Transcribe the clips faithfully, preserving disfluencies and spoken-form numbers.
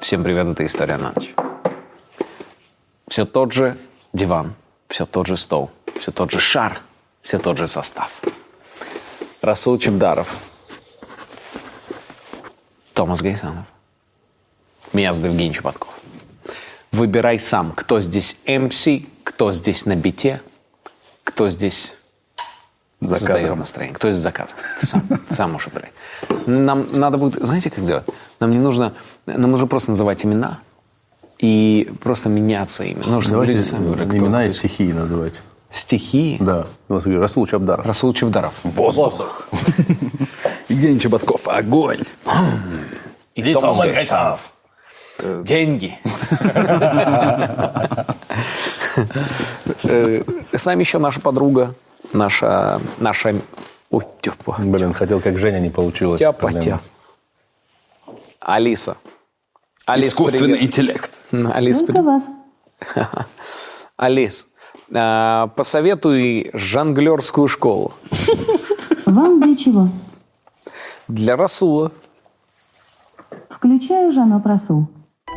Всем привет, это «История на ночь». Все тот же диван, все тот же стол, все тот же шар, все тот же состав. Расул Чебдаров, Томас Гайсанов. Меня зовут Евгений Чеботков. Выбирай сам, кто здесь эм си, кто здесь на бите, кто здесь за создает кадром. настроение, кто здесь за кадром. Ты сам, ты сам можешь выбирать. Нам надо будет, знаете, как делать? Нам не нужно, нам нужно просто называть имена и просто меняться ими. Ну, чтобы люди сами выбрали, кто, имена кто и здесь. стихии называть. Стихии? Да. Расул Чебдаров. Расул Чебдаров. Воздух. Евгений Чеботков. Огонь. И, И Томас Томас Гайсанов. Деньги. С нами еще наша подруга, наша, наша... Ой, тёпа. Блин, хотел, как Женя, не получилось. Тяпа, тяпа. Алиса. Алис, Искусственный привет. интеллект. Алис, Только вас. Алис, а, посоветуй жонглерскую школу. Вам для чего? Для Расула. Включаю Жано Прасу.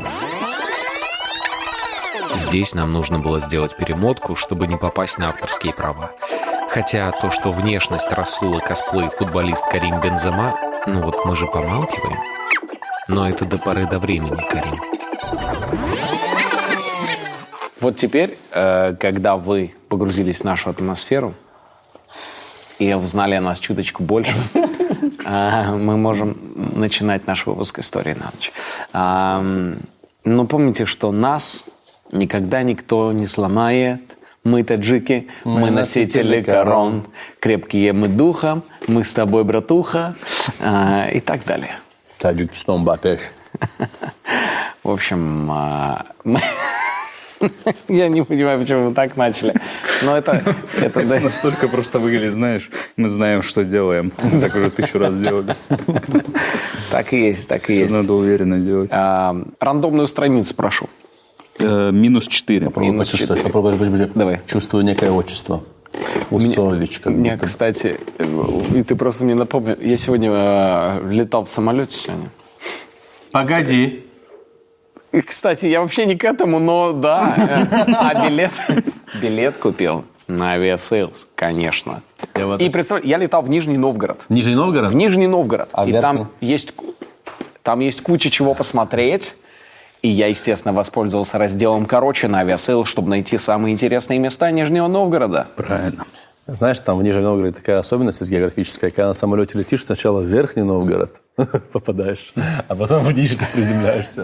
Здесь нам нужно было сделать перемотку, чтобы не попасть на авторские права. Хотя то, что внешность Расула, косплей, футболист Карим Бензема, ну вот мы же помалкиваем. Но это до поры до времени, Карим. Вот теперь, э, когда вы погрузились в нашу атмосферу и узнали о нас чуточку больше, э, мы можем начинать наш выпуск «Истории на ночь». Э, но помните, что нас никогда никто не сломает. Мы таджики, мы, мы носители корон, крепкие мы духом, мы с тобой, братуха, э, и так далее. Таджикистан, Бапеш. В общем, э, мы... Я не понимаю, почему вы так начали. Но это... это да. Настолько просто выглядит, знаешь, мы знаем, что делаем. Так уже тысячу раз делали. Так и есть, так и есть. Надо уверенно делать. А, рандомную страницу прошу. Э, минус четыре. Попробуй Минус почувствовать. четыре. Попробуй, подожди, подожди. Давай. Чувствую некое отчество. Усович. Как Мне, будто. кстати, и ты просто мне напомнил, я сегодня э, летал в самолете сегодня. Погоди. И, кстати, я вообще не к этому, но да. А билет? Билет купил на авиасейлс, конечно. И представь, я летал в Нижний Новгород. Нижний Новгород? В Нижний Новгород. А и верхний? там есть, там есть куча чего посмотреть. И я, естественно, воспользовался разделом «Короче» на авиасейлс, чтобы найти самые интересные места Нижнего Новгорода. Правильно. Знаешь, там в Нижнем Новгороде такая особенность есть географическая. Когда на самолете летишь, сначала в Верхний Новгород попадаешь, а потом в Нижний приземляешься.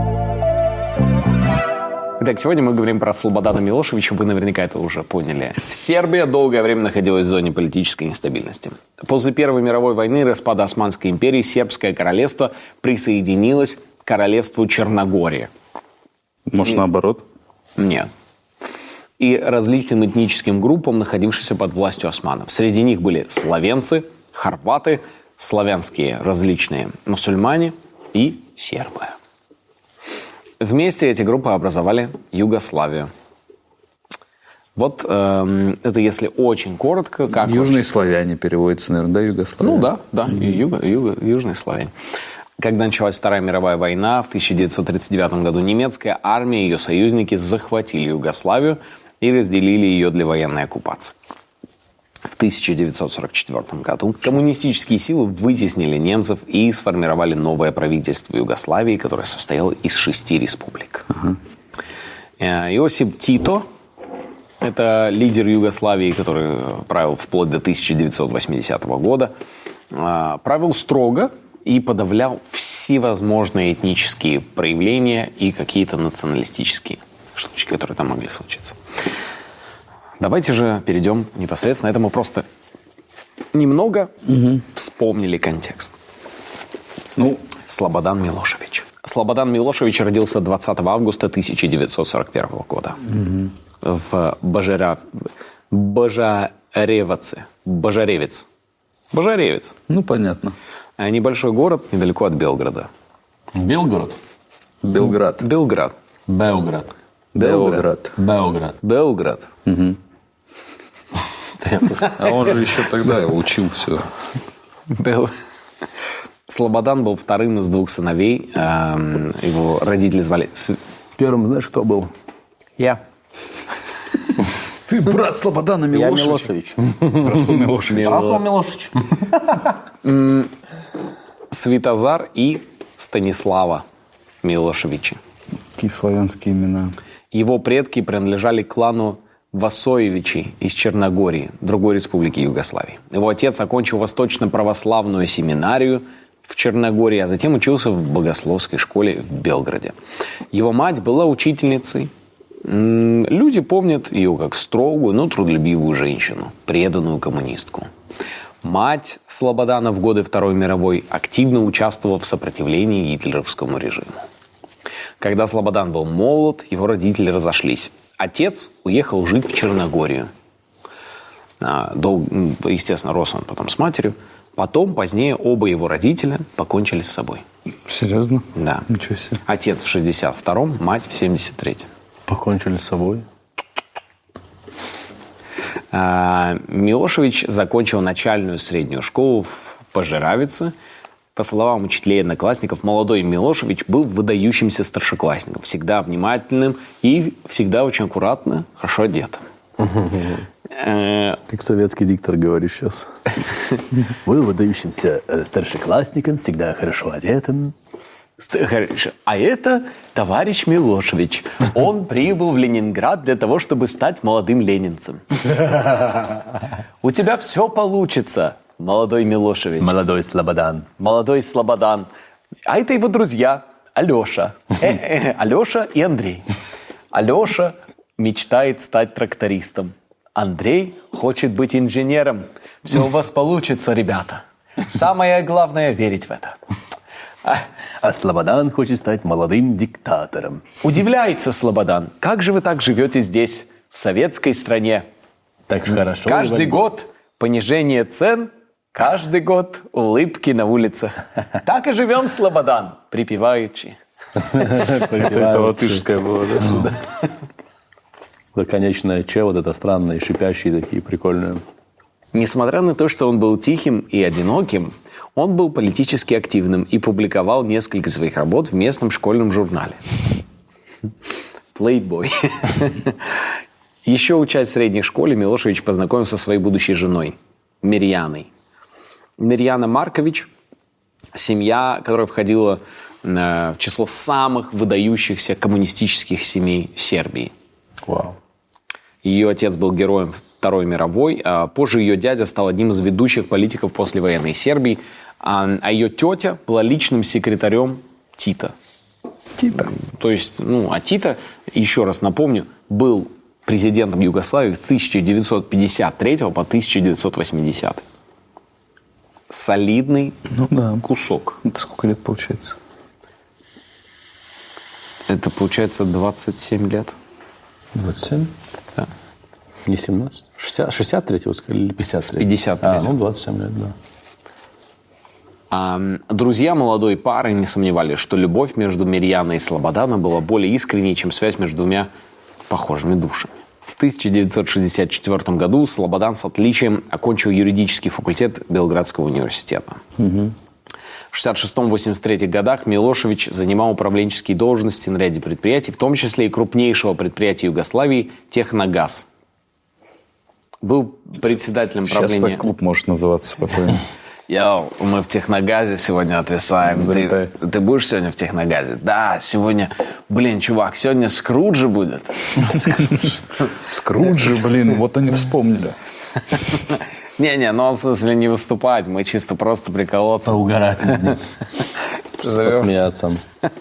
Итак, сегодня мы говорим про Слободана Милошевича, вы наверняка это уже поняли. Сербия долгое время находилась в зоне политической нестабильности. После Первой мировой войны и распада Османской империи Сербское королевство присоединилось к королевству Черногория. Может, наоборот? Нет. И различным этническим группам, находившимся под властью османов. Среди них были словенцы, хорваты, славянские различные мусульмане и сербы. Вместе эти группы образовали Югославию. Вот эм, это если очень коротко. Как Южные вообще? славяне переводится, наверное, да, Югославия? Ну да, да, mm-hmm. юго, юго, южные славяне. Когда началась Вторая мировая война, в тысяча девятьсот тридцать девятом году немецкая армия и ее союзники захватили Югославию и разделили ее для военной оккупации. В тысяча девятьсот сорок четвёртом году коммунистические силы вытеснили немцев и сформировали новое правительство Югославии, которое состояло из шести республик. Uh-huh. Иосип Тито, это лидер Югославии, который правил вплоть до тысяча девятьсот восьмидесятого года, правил строго и подавлял всевозможные этнические проявления и какие-то националистические штучки, которые там могли случиться. Давайте же перейдем непосредственно к этому. Просто немного угу. вспомнили контекст. Ну, Слободан Милошевич. Слободан Милошевич родился двадцатого августа тысяча девятьсот сорок первого года угу. в Божара... Божаревце. Божаревец. Божаревец. Ну, понятно. Небольшой город недалеко от Белграда. Белгород? Белград. Белград. Белград. Белград. Белград. Белград. Угу. А он же еще тогда учил все. Бел... Слободан был вторым из двух сыновей. Эм, его родители звали... С- Первым знаешь, кто был? Я. Ты брат Слободана Я Милошевича. Милошевич. Расул Милошевич. Расул Милошевич. Святозар и Станислава Милошевичи. Какие славянские имена. Его предки принадлежали к клану Васоевичей из Черногории, другой республики Югославии. Его отец окончил Восточно-православную семинарию в Черногории, а затем учился в богословской школе в Белграде. Его мать была учительницей. М, Люди помнят ее как строгую, но трудолюбивую женщину, преданную коммунистку. Мать Слободана в годы Второй мировой активно участвовала в сопротивлении гитлеровскому режиму. Когда Слободан был молод, его родители разошлись. Отец уехал жить в Черногорию. А, дол- м, естественно, рос он потом с матерью. Потом, позднее, оба его родителя покончили с собой. Серьезно? Да. Ничего себе. Отец в шестьдесят втором, мать в семьдесят третьем. Покончили с собой. А, Милошевич закончил начальную среднюю школу в Пожеравице. По словам учителей и одноклассников, молодой Милошевич был выдающимся старшеклассником, всегда внимательным и всегда очень аккуратно, хорошо одетым. Э, Как советский диктор говорит сейчас. Был выдающимся э, старшеклассником, всегда хорошо одетым. Хорошо. А это товарищ Милошевич. Он прибыл в Ленинград для того, чтобы стать молодым ленинцем. У тебя все получится, молодой Милошевич. Молодой Слободан. Молодой Слободан. А это его друзья. Алеша. Э, э, Алеша и Андрей. Алеша мечтает стать трактористом. Андрей хочет быть инженером. Все у вас получится, ребята. Самое главное – верить в это. А, А Слободан хочет стать молодым диктатором. Удивляется Слободан. Как же вы так живете здесь, в советской стране? Так же хорошо. Каждый Иван- год понижение цен, каждый год улыбки на улицах. Так и живем, Слободан, припеваючи. Это латышское было, да? Конечное Ч, вот это странные, шипящие такие, прикольные. Несмотря на то, что он был тихим и одиноким, он был политически активным и публиковал несколько своих работ в местном школьном журнале. Playboy. Еще учась в средней школе, Милошевич познакомился со своей будущей женой Мирьяной. Мирьяна Маркович, семья, которая входила э, в число самых выдающихся коммунистических семей Сербии. Вау. Ее отец был героем Второй мировой, а позже ее дядя стал одним из ведущих политиков послевоенной Сербии, а, а ее тетя была личным секретарем Тита. Тита. То есть, ну, а Тита, еще раз напомню, был президентом Югославии с тысяча девятьсот пятьдесят третьего по тысяча девятьсот восьмидесятый. Солидный Ну да. кусок. Это сколько лет получается? Это получается двадцать семь лет. двадцать семь? Да. Не семнадцать? шестьдесят, шестьдесят третьего сказали или пятьдесят лет? пятьдесят А, третьего. ну двадцать семь лет, да. А, друзья молодой пары не сомневались, что любовь между Мирьяной и Слободаном была более искренней, чем связь между двумя похожими душами. В тысяча девятьсот шестьдесят четвёртом году Слободан с отличием окончил юридический факультет Белградского университета. Угу. В шестьдесят шестом — восемьдесят третьем годах Милошевич занимал управленческие должности на ряде предприятий, в том числе и крупнейшего предприятия Югославии «Техногаз». Был председателем Сейчас правления... так клуб может называться спокойно. Йоу, мы в Техногазе сегодня отвисаем. Ты, Залетай. ты будешь сегодня в Техногазе? Да, сегодня... Блин, чувак, сегодня Скруджи будет. Скруджи, блин, вот они вспомнили. Не-не, ну в смысле не выступать. Мы чисто просто приколоться. Поугарать над ним. Посмеяться.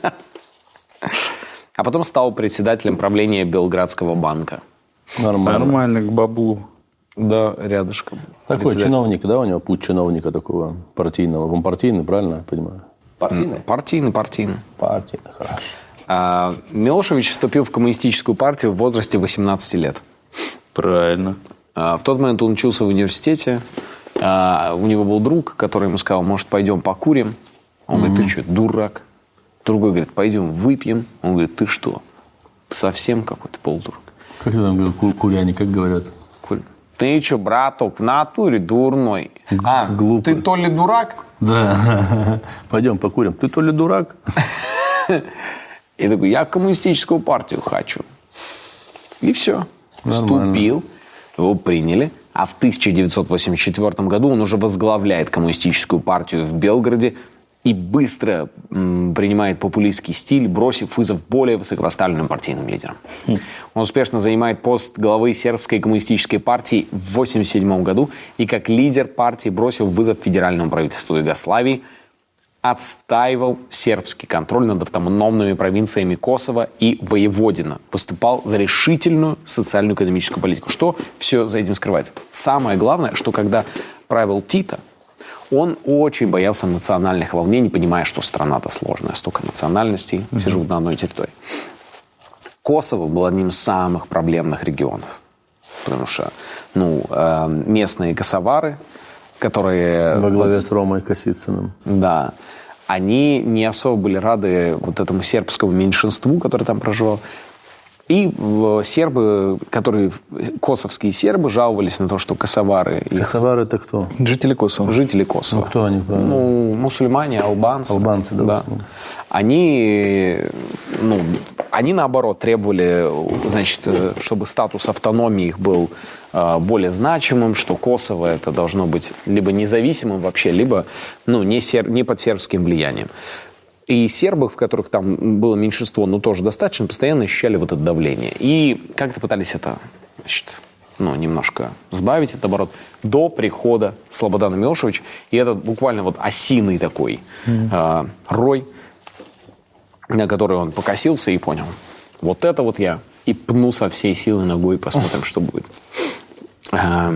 А потом стал председателем правления Белградского банка. Нормально. Нормально, к баблу. Да, рядышком. Такой Председатель. чиновник, да, у него путь чиновника такого партийного. Он партийный, правильно я понимаю? Партийный? Партийный, партийный. Партийный, хорошо. А, Милошевич вступил в коммунистическую партию в возрасте восемнадцати лет. Правильно. А, в тот момент он учился в университете. А, у него был друг, который ему сказал, может, пойдем покурим? Он говорит, ты что, дурак? Другой говорит, пойдем выпьем. Он говорит, ты что, совсем какой-то полдурак? Как это там ку- куряне, как говорят? Кур- Ты что, браток, в натуре дурной? А, Глупый. ты то ли дурак? Да. Пойдем покурим. Ты то ли дурак? И такой, я коммунистическую партию хочу. И все. Вступил, его приняли. А в тысяча девятьсот восемьдесят четвёртом году он уже возглавляет коммунистическую партию в Белгороде и быстро м, принимает популистский стиль, бросив вызов более высокопоставленным партийным лидерам. Он успешно занимает пост главы сербской коммунистической партии в восемьдесят седьмом году и как лидер партии бросил вызов федеральному правительству Югославии, отстаивал сербский контроль над автономными провинциями Косово и Воеводина, выступал за решительную социально-экономическую политику. Что все за этим скрывается? Самое главное, что когда правил Тита, он очень боялся национальных волнений, понимая, что страна-то сложная, столько национальностей, mm-hmm. все живут на одной территории. Косово был одним из самых проблемных регионов, потому что ну, местные косовары, которые... Во главе с Ромой Косицыным. Да. Они не особо были рады вот этому сербскому меньшинству, которое там проживало. И сербы, которые, косовские сербы, жаловались на то, что косовары... Косовары это кто? Жители Косово. Жители Косово. Ну, кто они? Ну, мусульмане, албанцы. Албанцы, да. да. Они, ну, они, наоборот, требовали, значит, чтобы статус автономии их был э, более значимым, что Косово это должно быть либо независимым вообще, либо ну, не, сер, не под сербским влиянием. И сербы, в которых там было меньшинство, но тоже достаточно, постоянно ощущали вот это давление. И как-то пытались это, значит, ну, немножко сбавить этот оборот до прихода Слободана Милошевича. И этот буквально вот осиный такой mm-hmm. э, рой, на который он покосился и понял. Вот это вот я. И пну со всей силы ногой, посмотрим, что будет. Э,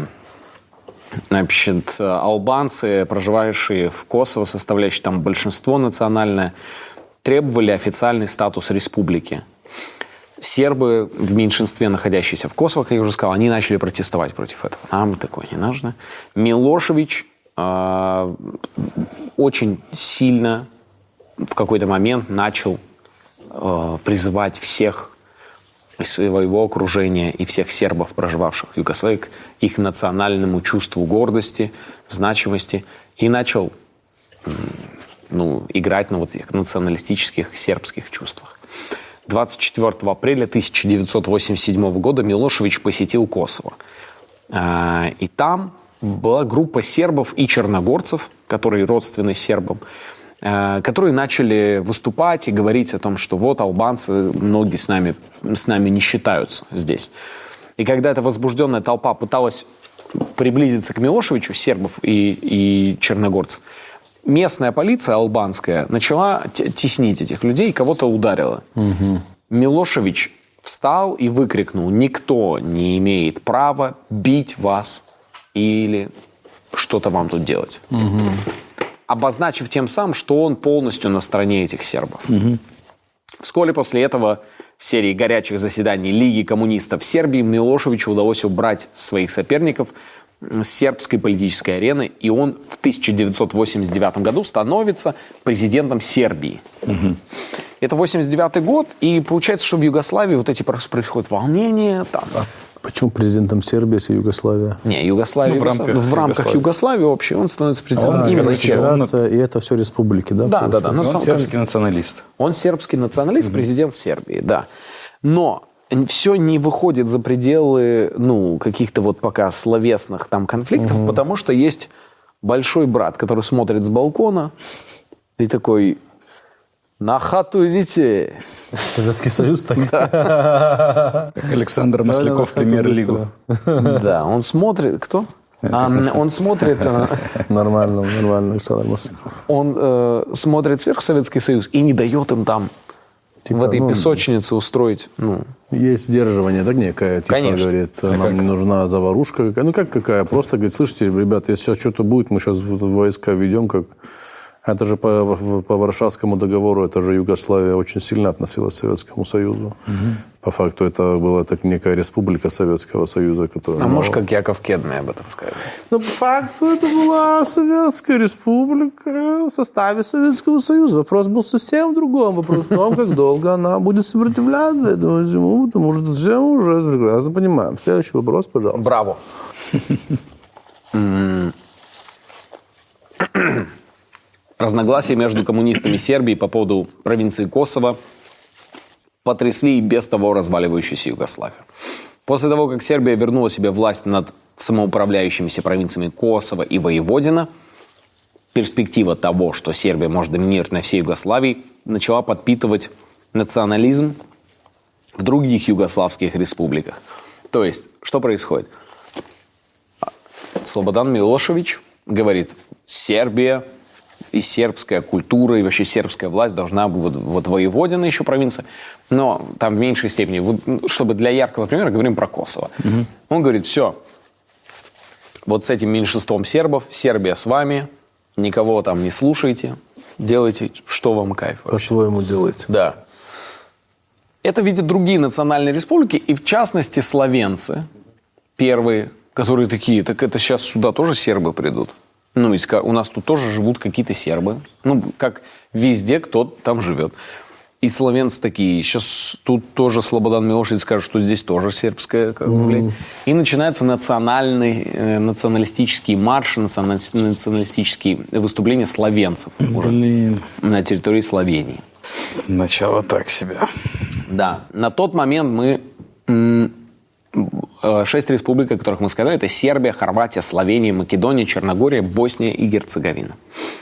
Значит, албанцы, проживающие в Косово, составляющие там большинство национальное, требовали официальный статус республики. Сербы в меньшинстве, находящиеся в Косово, как я уже сказал, они начали протестовать против этого. Нам такое не нужно. Милошевич э, очень сильно в какой-то момент начал э, призывать всех из своего окружения и всех сербов, проживавших в Югославии, к их национальному чувству гордости, значимости, и начал ну, играть на вот этих националистических сербских чувствах. двадцать четвёртого апреля тысяча девятьсот восемьдесят седьмого года Милошевич посетил Косово. И там была группа сербов и черногорцев, которые родственны сербам, которые начали выступать и говорить о том, что вот албанцы, многие с нами, с нами не считаются здесь. И когда эта возбужденная толпа пыталась приблизиться к Милошевичу, сербов и, и черногорцев, местная полиция албанская начала теснить этих людей и кого-то ударила. Угу. Милошевич встал и выкрикнул: «Никто не имеет права бить вас или что-то вам тут делать». Угу. Обозначив тем самым, что он полностью на стороне этих сербов. Угу. Вскоре после этого в серии горячих заседаний Лиги коммунистов Сербии Милошевичу удалось убрать своих соперников с сербской политической арены, и он в тысяча девятьсот восемьдесят девятом году становится президентом Сербии. Угу. Это восемьдесят девятый год, и получается, что в Югославии вот эти происходят волнения. Там. Почему президентом Сербии, если Югославия? Не, Югославия, ну, в, рамках, в рамках Югославии. Югославии вообще он становится президентом. А, именно Сербия. И это все республики, да? Да, да, да. Он сербский националист. Он сербский националист, угу. президент Сербии, да. Но все не выходит за пределы, ну, каких-то вот пока словесных там конфликтов, угу. потому что есть большой брат, который смотрит с балкона и такой: «На хату идите». Советский Союз так. Как Александр Масляков, премьер-лигу. Да, он смотрит... Кто? Он смотрит... Нормально, нормально, Александр Масляков. Он смотрит сверху Советский Союз и не дает им там в этой песочнице устроить... Есть сдерживание, так, некое, типа, конечно. Говорит, нам не нужна заварушка какая. Ну, как какая? Просто, говорит, слышите, ребята, если сейчас что-то будет, мы сейчас войска ведем, как... Это же по, по Варшавскому договору, это же Югославия очень сильно относилась к Советскому Союзу. Угу. По факту это была так некая республика Советского Союза. Которая, а ну, может, как Яков Кедный об этом сказал? Ну, по факту это была Советская Республика в составе Советского Союза. Вопрос был совсем в другом. Вопрос в том, как долго она будет сопротивляться этому всему, потому что все уже прекрасно понимаем. Следующий вопрос, пожалуйста. Браво. Разногласия между коммунистами Сербии по поводу провинции Косово потрясли и без того разваливающуюся Югославию. После того, как Сербия вернула себе власть над самоуправляющимися провинциями Косово и Воеводина, перспектива того, что Сербия может доминировать на всей Югославии, начала подпитывать национализм в других югославских республиках. То есть, что происходит? Слободан Милошевич говорит, Сербия и сербская культура, и вообще сербская власть должна быть, вот, вот Воеводина еще провинция, но там в меньшей степени. Вот, чтобы для яркого примера говорим про Косово. Угу. Он говорит, все, вот с этим меньшинством сербов, Сербия с вами, никого там не слушайте, делайте, что вам кайф. По-своему делайте. Да. Это видят другие национальные республики, и в частности словенцы, первые, которые такие, так это сейчас сюда тоже сербы придут. Ну, у нас тут тоже живут какие-то сербы. Ну, как везде, кто там живет. И словенцы такие. Сейчас тут тоже Слободан Милошевич скажет, что здесь тоже сербское как бы, влияние. Mm. И начинаются национальные, э, националистические марши, националистические выступления словенцев уже на территории Словении. Начало так себе. Да. На тот момент мы... М- Шесть республик, о которых мы сказали, это Сербия, Хорватия, Словения, Македония, Черногория, Босния и Герцеговина.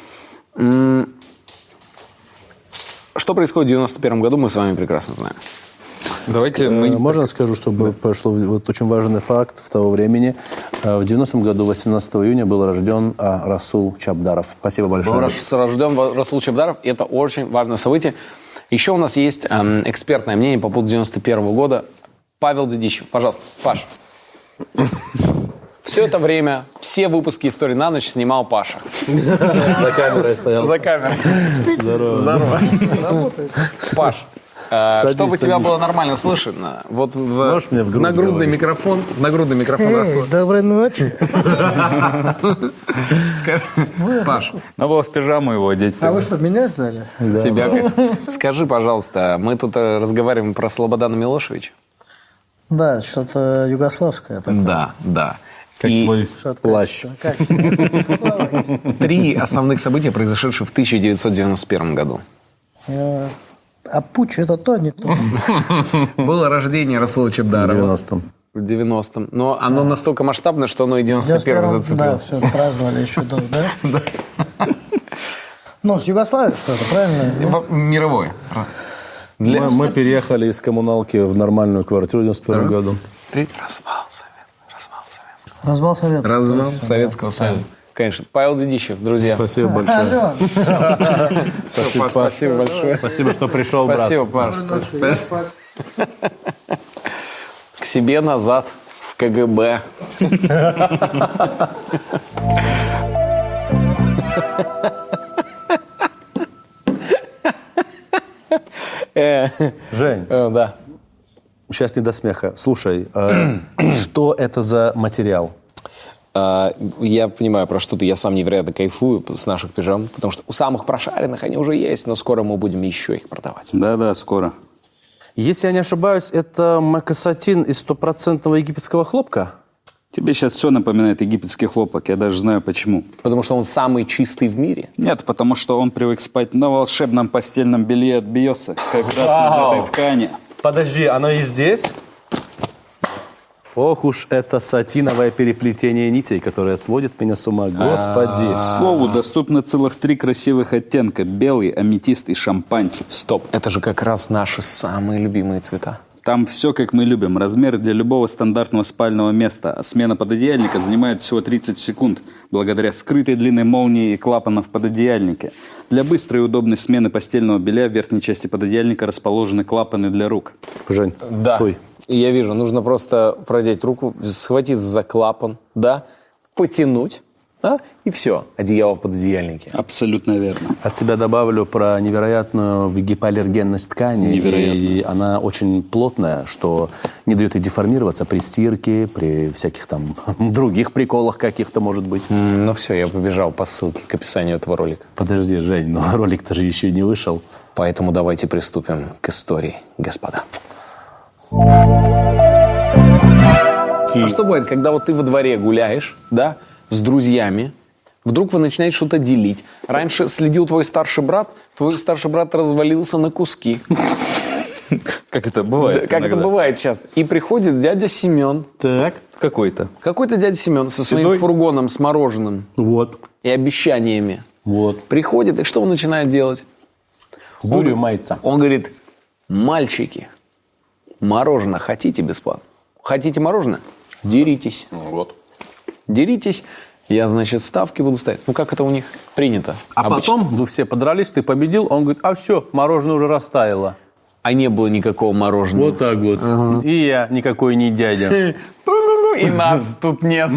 Что происходит в девяносто первом году, мы с вами прекрасно знаем. Давайте Ск- мы... Можно скажу, чтобы пошло вот очень важный факт в того времени. В девяностом году, восемнадцатого июня, был рожден Расул Чабдаров. Спасибо большое. Был рожден Расул Чабдаров, и это очень важное событие. Еще у нас есть эм, экспертное мнение по поводу девяносто первого года. Павел Дедищев, пожалуйста, Паш. Все это время, все выпуски «Истории на ночь» снимал Паша. За камерой стоял. За камерой. Здорово. Здорово. Паш, э, Садись, чтобы тебя садись. было нормально слышно, вот в, Можешь мне в грудь нагрудный говорить? микрофон, в нагрудный микрофон Эй, Расул. доброй ночи. Скажи, Паш, Надо было в пижаму его одеть. А вы что, меня ждали? тебя как? Скажи, пожалуйста, мы тут э, разговариваем про Слободана Милошевича. Да, что-то югославское такое. Да, да. Как И твой Что-то плащ. Как? три основных события, произошедших в тысяча девятьсот девяносто первом году. Э, А путч это то, не то. Было рождение Расула В Чабдарова. девяностом. В девяностом. Но оно настолько масштабное, что оно и девяносто первый Да, зацепило. все, праздновали еще до, да? Ну, с Югославией что-то, правильно? В- Мировое. Для... Мы, мы переехали из коммуналки в нормальную квартиру в девяносто первом году. Ты развал Совет. Развал Советского. Развал Совета. Развал Точно, Советского Союза. Конечно. Павел Дедищев, друзья. Спасибо да. большое. Алло. Спасибо, Паш, спасибо большое. Спасибо, что пришел, брат. Спасибо, Паш. Доброй ночи, я спать. К себе назад в КГБ. Э, Жень, э, Да. сейчас не до смеха. Слушай, э, что это за материал? А, Я понимаю, про что ты. Я сам невероятно кайфую с наших пижам, потому что у самых прошаренных они уже есть, но скоро мы будем еще их продавать. Да-да, скоро. Если я не ошибаюсь, это макасатин из стопроцентного египетского хлопка? Тебе сейчас все напоминает египетский хлопок, я даже знаю почему. Потому что он самый чистый в мире. Нет, потому что он привык спать на волшебном постельном белье от Биоса, как раз из этой ткани. Подожди, оно и здесь? Ох уж это сатиновое переплетение нитей, которое сводит меня с ума. Господи. К слову, доступно целых три красивых оттенка: белый, аметист и шампань. Стоп, это же как раз наши самые любимые цвета. Там все, как мы любим. Размер для любого стандартного спального места. А смена пододеяльника занимает всего тридцать секунд, благодаря скрытой длинной молнии и клапанам в пододеяльнике. Для быстрой и удобной смены постельного белья в верхней части пододеяльника расположены клапаны для рук. Жень, Да. суй. Я вижу, нужно просто продеть руку, схватиться за клапан, да, потянуть, А? И все, одеяло в пододеяльнике. Абсолютно верно. От себя добавлю про невероятную гипоаллергенность ткани. Невероятно. И она очень плотная, что не дает ей деформироваться при стирке, при всяких там других приколах каких-то, может быть. М, Ну все, я побежал по ссылке к описанию этого ролика. Подожди, Жень, но ролик-то же еще не вышел. Поэтому давайте приступим к истории, господа. А что бывает, когда вот ты во дворе гуляешь, да, с друзьями, вдруг вы начинаете что-то делить. Раньше следил твой старший брат, твой старший брат развалился на куски. Как это бывает? Как это иногда. бывает часто. И приходит дядя Семен, Так. Какой-то. какой-то дядя Семен со своим Седой? фургоном с мороженым Вот. и обещаниями. Вот. Приходит, и что он начинает делать? Дурью мается. Он говорит: мальчики, мороженое хотите бесплатно? Хотите мороженое? Деритесь. Вот. Деритесь, я, значит, ставки буду ставить. Ну, как это у них принято. А обычно. потом, ну, все подрались, ты победил, он говорит, а все, мороженое уже растаяло. А не было никакого мороженого. Вот так вот. И я никакой не дядя. И нас тут нет.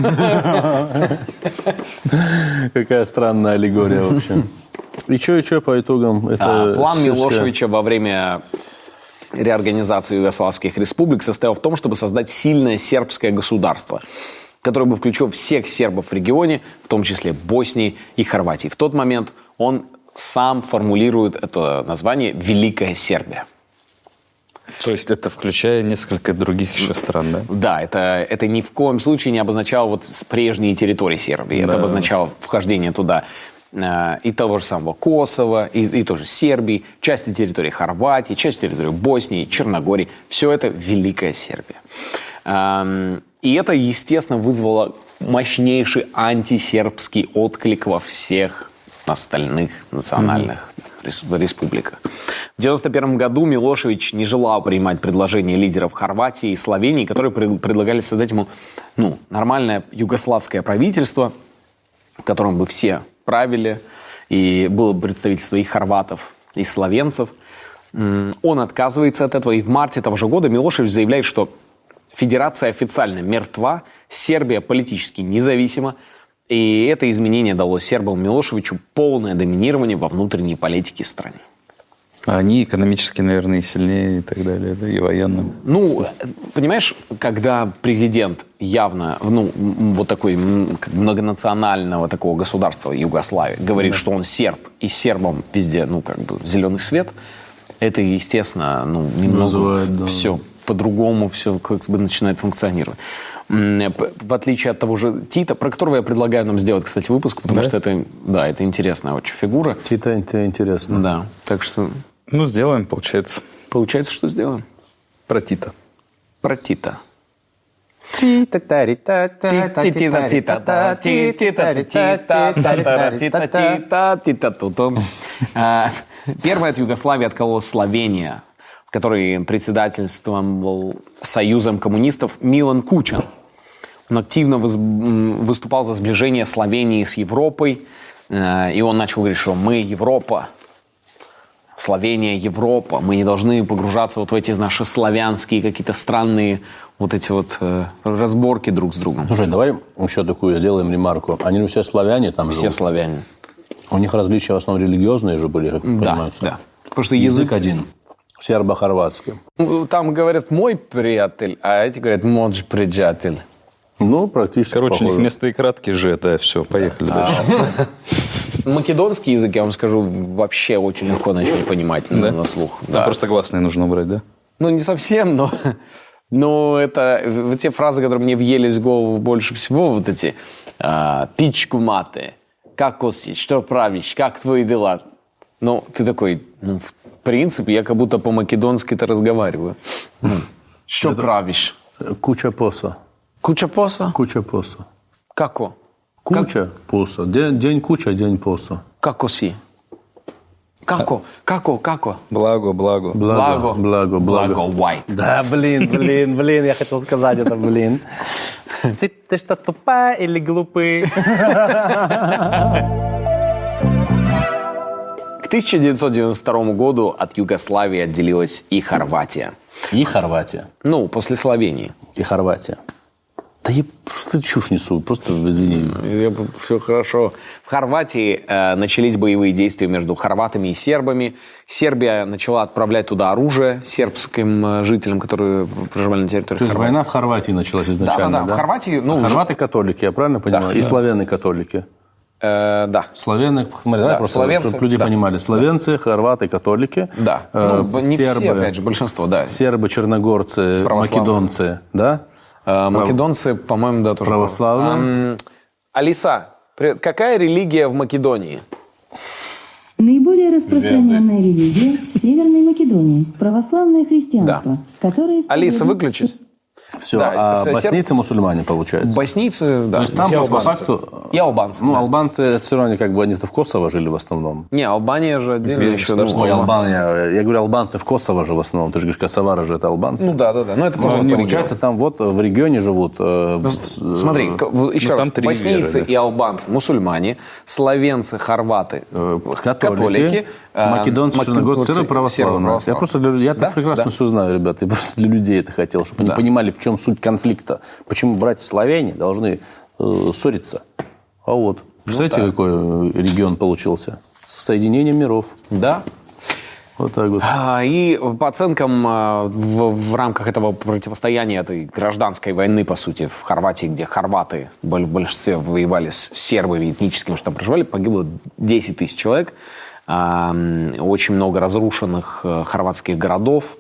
Какая странная аллегория вообще. И что, и что по итогам? Это А, План все- Милошевича во время реорганизации югославских республик состоял в том, чтобы создать сильное сербское государство, которое бы включило всех сербов в регионе, в том числе Боснии и Хорватии. В тот момент он сам формулирует это название «Великая Сербия». То есть это включая несколько других еще стран, да? Да, это, это ни в коем случае не обозначало вот с прежние территории Сербии. Это Да. обозначало вхождение туда э, и того же самого Косово, и, и тоже Сербии, части территории Хорватии, часть территории Боснии, Черногории. Все это Великая Сербия. Эм, и это, естественно, вызвало мощнейший антисербский отклик во всех остальных национальных рес- республиках. В девяносто первом году Милошевич не желал принимать предложения лидеров Хорватии и Словении, которые пред- предлагали создать ему ну, нормальное югославское правительство, в котором бы все правили, и было бы представительство и хорватов, и словенцев. М, Он отказывается от этого, и в марте того же года Милошевич заявляет, что федерация официально мертва, Сербия политически независима, и это изменение дало сербам Милошевичу полное доминирование во внутренней политике страны. А они экономически, наверное, и сильнее и так далее, да, и военно. Ну, понимаешь, когда президент явно, ну, м, вот такой м, как многонационального такого государства Югославии говорит, что он серб, и сербам везде, ну, как бы, зеленый свет, это, естественно, ну, немного Вызывает, да. все по-другому, все как бы начинает функционировать. М, п- В отличие от того же Тита, про которого я предлагаю нам сделать, кстати, выпуск, потому Да? что это, да, это интересная очень фигура. Тита, это интересно. Да, так что Ну, сделаем, получается. получается, что сделаем? Про Тита. Про Тита. Первая от Югославии откололась Словения, который председательствовал Союзом коммунистов Милан Кучан. Он активно воз- м, выступал за сближение Словении с Европой, э, и он начал говорить, что мы Европа, Словения, Европа. Мы не должны погружаться вот в эти наши славянские какие-то странные вот эти вот э, разборки друг с другом. Слушай, давай еще такую сделаем ремарку. Они же все славяне там Все живут. славяне. У них различия в основном религиозные же были, как Да, понимаете. да. Потому что Язык язык... один. Сербо-хорватский. Там говорят «мой приятель», а эти говорят «мой приятель». Ну, практически Короче, у них похоже. вместо и кратки же это все. Поехали дальше. Македонский язык, я вам скажу, вообще очень легко начали понимать на, на слух. Ну, Да. просто гласные нужно убрать, да? Ну, не совсем, но, но это вот те фразы, которые мне въелись в голову больше всего, вот эти а, «пичку мате», «как осить», «что правишь», «как твои дела». Ну, ты такой, ну, в принципе, я как будто по-македонски-то разговариваю. «Что правишь?» Куча поса. «Куча поса?» Куча поса. «Како?» Куча поса. День, день куча, день поса. «Како си?» «Како?» «Како?» «Како?» Благо, благо. Благо, благо, благо. Благо white. Да, блин, блин, блин, я хотел сказать это, блин. Ты, ты что, тупая или глупый? К тысяча девятьсот девяносто второму году от Югославии отделилась и Хорватия. И Хорватия. Ну, после Словении. И Хорватия. Да я просто чушь несу, просто извини. Все хорошо. В Хорватии э, начались боевые действия между хорватами и сербами. Сербия начала отправлять туда оружие сербским э, жителям, которые проживали на территории То есть Хорватии. война в Хорватии началась изначально, да? Да, да, да? в Хорватии... Ну, а уже... хорваты католики, я правильно понимаю? Да, и да. славяны католики. Э, да. Славяне, смотри, да, Да, просто, словенцы, чтобы люди да. понимали. Словенцы, хорваты, католики. Да. Э, Ну, не сербы, все, опять же, большинство, да. Сербы, черногорцы, македонцы, да? Э, македонцы, по-моему, да, тоже. Православные. Эм, Алиса, при- какая религия в Македонии? Наиболее распространенная религия в Северной Македонии – православное христианство, которое... Алиса, исповедует- выключись. Все, Да, а серб- боснийцы мусульмане, получается. Боснийцы, да. То есть там и по албанцы. факту... И албанцы. Ну, да. албанцы, это все равно как бы они-то в Kosovo жили в основном. Не, Албания же отдельно еще. Ну, Ой, Албания. Я говорю, албанцы в Kosovo же в основном. Ты же говоришь, косовары же это албанцы. ну да, да, да. Ну это Ну, просто они, по региону. получается, там вот в регионе живут. э, Ну, в- Смотри, к- в- еще ну, раз. там три Боснийцы веры, да. и албанцы мусульмане, словенцы, хорваты э, католики, католики, э, македонцы, македонцы, черногорцы, сербы православные. Я просто для, я Да? так прекрасно Да. все знаю, ребята. Я просто для людей это хотел, чтобы Да. они понимали, в чем суть конфликта. Почему братья-славяне должны э, ссориться. А вот. Представляете, да. какой э, регион получился? Соединение миров. Да. Вот так вот. А, И по оценкам а, в, в рамках этого противостояния, этой гражданской войны, по сути, в Хорватии, где хорваты в большинстве воевали с сербами этническими, что там проживали, погибло десять тысяч человек. А, Очень много разрушенных э, хорватских городов.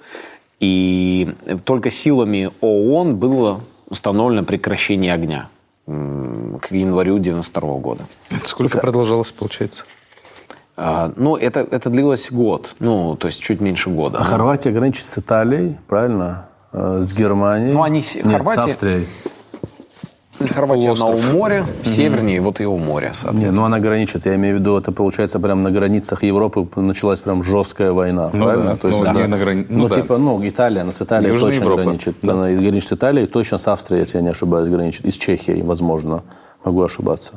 И только силами ООН было установлено прекращение огня м, к январю девяносто второго года. Это сколько продолжалось, получается? А, Ну, это, это длилось год, ну, то есть чуть меньше года. А Хорватия граничит с Италией, правильно? Э, С Германией. Ну, они с- Нет, Хорватия- с Австрией. Хорватия на у моря, севернее вот и у моря, Не, соответственно. ну она граничит. Я имею в виду, это получается прям на границах Европы началась прям жесткая война, Ну правильно? да, То есть ну, это- они на грани- ну, ну да. типа, ну, Италия, она с Италией Южная точно Европа. граничит. Она и граничит с Италией, точно с Австрией, если я не ошибаюсь, граничит. И с Чехией, возможно. Могу ошибаться.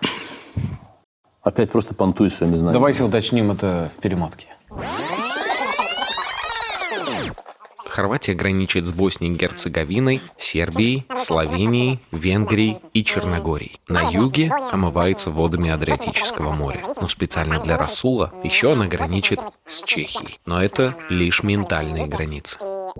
Опять просто понтуй своими знаниями. Давайте уточним это в перемотке. Хорватия граничит с Боснией и Герцеговиной, Сербией, Словенией, Венгрией и Черногорией. На юге омывается водами Адриатического моря. Но специально для Расула еще она граничит с Чехией. Но это лишь ментальные границы.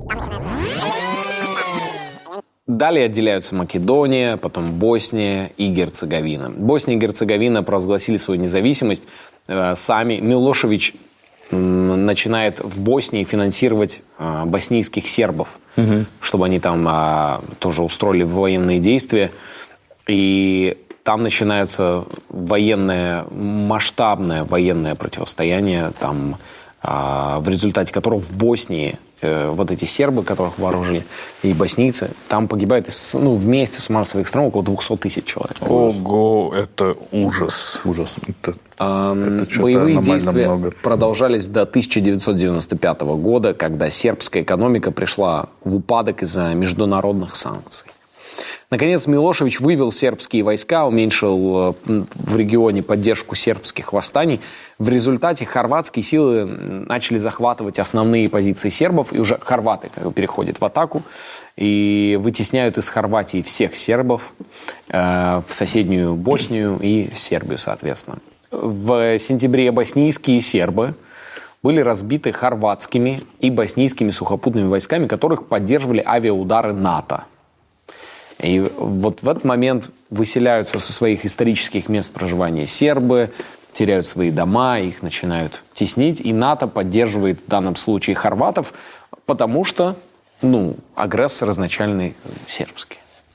Далее отделяются Македония, потом Босния и Герцеговина. Босния и Герцеговина провозгласили свою независимость э, сами. Милошевич м, начинает в Боснии финансировать э, боснийских сербов, чтобы они там э, тоже устроили военные действия. И там начинается военное, масштабное военное противостояние, там, э, в результате которого в Боснии э, вот эти сербы, которых вооружили, и боснийцы, там погибает из- ну, вместе с умаром своих стран около двухсот тысяч человек. Ого, это ужас. Ужас. Это, Эм, это что-то Боевые аномально действия много. продолжались до тысяча девятьсот девяносто пятого года, когда сербская экономика пришла в упадок из-за международных санкций. Наконец, Милошевич вывел сербские войска, уменьшил э, в регионе поддержку сербских восстаний. В результате хорватские силы м, начали захватывать основные позиции сербов, и уже хорваты как бы переходят в атаку и вытесняют из Хорватии всех сербов э, в соседнюю Боснию и Сербию, соответственно. В сентябре боснийские сербы были разбиты хорватскими и боснийскими сухопутными войсками, которых поддерживали авиаудары НАТО. И вот в этот момент выселяются со своих исторических мест проживания сербы, теряют свои дома, их начинают теснить. И НАТО поддерживает в данном случае хорватов, потому что, ну, агрессор изначально сербский.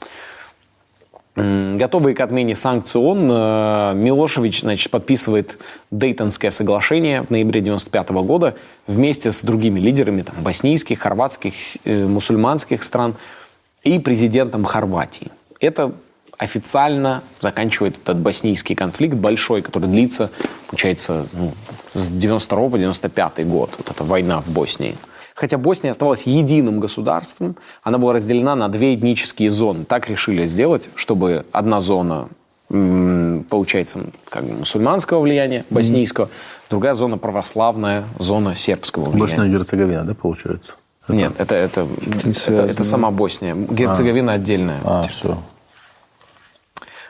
М, Готовый к отмене санкций ООН, э, Милошевич, значит, подписывает Дейтонское соглашение в ноябре девяносто пятого года вместе с другими лидерами там, боснийских, хорватских, с- э, мусульманских стран и президентом Хорватии. Это официально заканчивает этот боснийский конфликт большой, который длится, получается, ну, с девяносто второго по девяносто пятый год. Вот эта война в Боснии. Хотя Босния оставалась единым государством, она была разделена на две этнические зоны. Так решили сделать, чтобы одна зона, м, получается, как бы мусульманского влияния, боснийского, другая зона православная, зона сербского влияния. Босния и Герцеговина, да, получается? Нет, это, это, это, связано. это сама Босния. Герцеговина отдельная. А, все.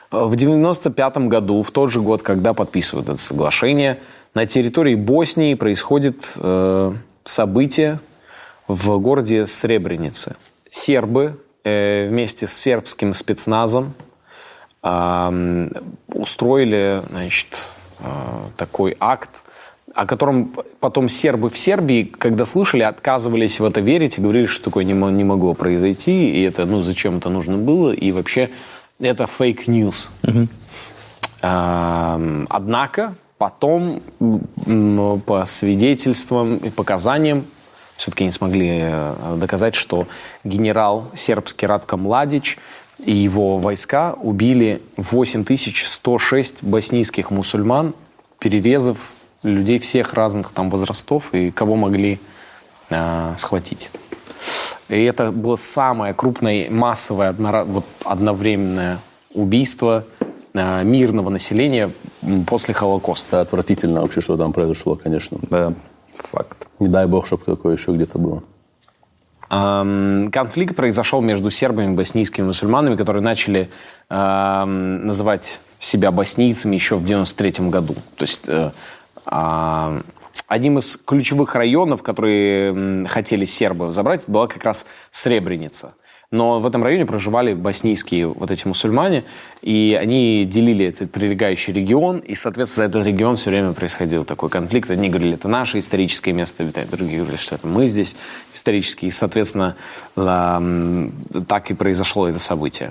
В девяносто пятом году, в тот же год, когда подписывают это соглашение, на территории Боснии происходит э, событие в городе Сребренице. Сербы э, вместе с сербским спецназом э, устроили, значит, э, такой акт, о котором потом сербы в Сербии, когда слышали, отказывались в это верить и говорили, что такое не, не могло произойти, и это, ну, зачем это нужно было, и вообще это фейк-ньюс. Угу. Э, однако потом, по свидетельствам и показаниям, все-таки не смогли доказать, что генерал сербский Ratko Mladić и его войска убили восемь тысяч сто шесть боснийских мусульман, перерезав людей всех разных там возрастов и кого могли э, схватить. И это было самое крупное массовое одно, вот, одновременное убийство э, мирного населения после Холокоста. Это отвратительно вообще, что там произошло, конечно. Да, факт. Не дай бог, чтобы такое еще где-то было. Эм, конфликт произошел между сербами и боснийскими мусульманами, которые начали эм, называть себя боснийцами еще в девяносто третьем году. То есть э, э, одним из ключевых районов, которые э, хотели сербы забрать, была как раз Сребреница. Но в этом районе проживали боснийские вот эти мусульмане, и они делили этот прилегающий регион, и, соответственно, за этот регион все время происходил такой конфликт. Одни говорили, это наше историческое место обитания, другие говорили, что это мы здесь исторические. И, соответственно, так и произошло это событие.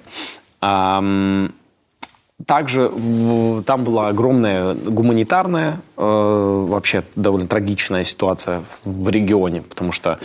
Также там была огромная гуманитарная, вообще довольно трагичная ситуация в регионе, потому что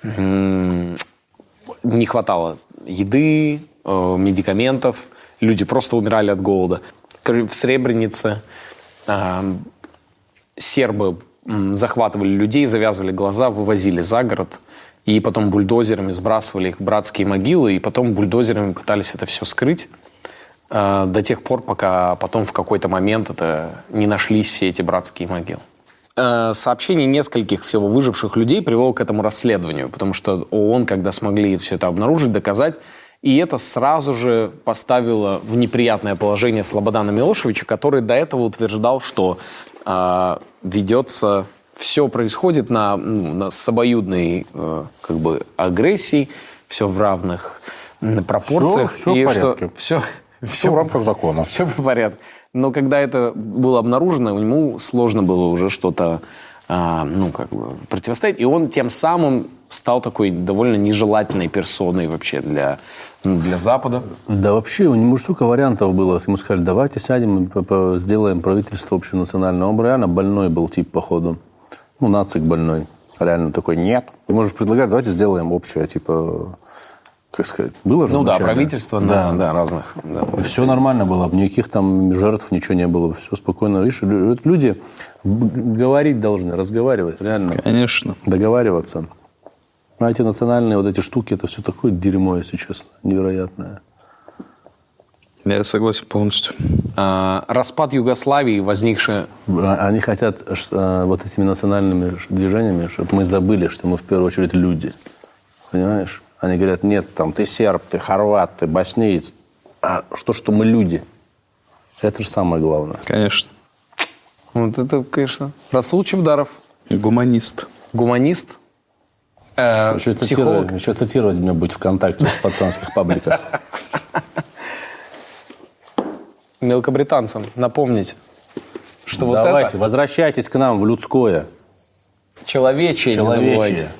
не хватало еды, э, медикаментов, люди просто умирали от голода. В Сребренице э, сербы э, захватывали людей, завязывали глаза, вывозили за город, и потом бульдозерами сбрасывали их в братские могилы, и потом бульдозерами пытались это все скрыть э, до тех пор, пока потом в какой-то момент это не нашлись все эти братские могилы. Сообщение нескольких всего выживших людей привело к этому расследованию, потому что ООН, когда смогли все это обнаружить, доказать, и это сразу же поставило в неприятное положение Слободана Милошевича, который до этого утверждал, что э, ведется, все происходит на, ну, на с обоюдной э, как бы агрессии, все в равных пропорциях. Все, все и в порядке. Что все, все, все в рамках закона. Все в порядке. Но когда это было обнаружено, ему сложно было уже что-то а, ну, как бы противостоять. И он тем самым стал такой довольно нежелательной персоной вообще для, для Запада. Да вообще, у него столько вариантов было. Ему сказали, давайте сядем и сделаем правительство общенациональное. Он реально больной был тип, походу. Ну, нацик больной. Реально такой, нет. Ты можешь предлагать, давайте сделаем общее, типа... Как сказать, было же Ну вначале. да, правительство, да, да, разных. Да. Все нормально было, никаких там жертв, ничего не было, все спокойно. Видишь, люди говорить должны, разговаривать, реально. Конечно. Договариваться. А эти национальные вот эти штуки, это все такое дерьмо, если честно, невероятное. Я согласен полностью. А, распад Югославии, возникший... Они хотят что, вот этими национальными движениями, чтобы мы забыли, что мы в первую очередь люди. Понимаешь? Они говорят, нет, там, ты серб, ты хорват, ты боснеец. А что, что мы люди? Это же самое главное. Конечно. Вот это, конечно. Расул Чевдаров. Гуманист. Гуманист. Э, еще, психолог. Цитировать, еще цитировать меня будет ВКонтакте в пацанских пабликах. Мелкобританцам напомнить, что вот Давайте, это... возвращайтесь к нам в людское. Человечье, Человечье. не забывайте.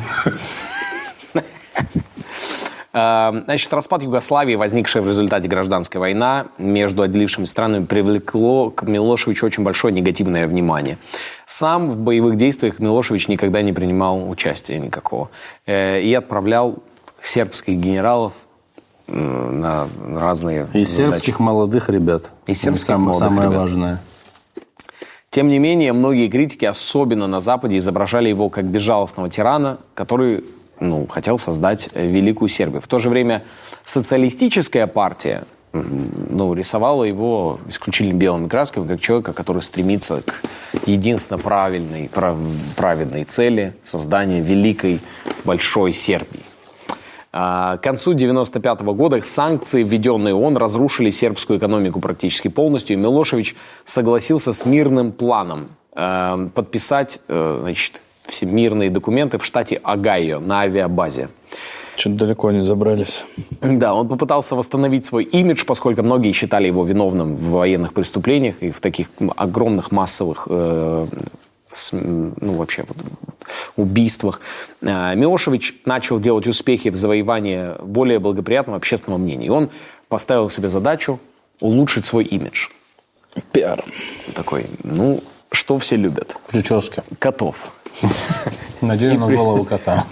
Значит, распад Югославии, возникшая в результате гражданской войны между отделившими странами, привлекло к Милошевичу очень большое негативное внимание. Сам в боевых действиях Милошевич никогда не принимал участия никакого. И отправлял сербских генералов на разные И задачи. сербских молодых ребят. И сербских Сам, молодых Самое ребят. важное. Тем не менее, многие критики, особенно на Западе, изображали его как безжалостного тирана, который ну, хотел создать Великую Сербию. В то же время социалистическая партия ну, рисовала его исключительно белыми красками, как человека, который стремится к единственно правильной, прав, праведной цели создания Великой Большой Сербии. К концу девяносто пятого года санкции, введенные ООН, разрушили сербскую экономику практически полностью, и Милошевич согласился с мирным планом подписать, значит, все мирные документы в штате Огайо на авиабазе. Что-то далеко не забрались. Да, он попытался восстановить свой имидж, поскольку многие считали его виновным в военных преступлениях и в таких огромных массовых, э, с, ну, вообще, вот, убийствах. Э, Милошевич начал делать успехи в завоевании более благоприятного общественного мнения. И он поставил себе задачу улучшить свой имидж. Пиар. Такой, ну, что все любят? Прически. Котов. Надели на голову кота.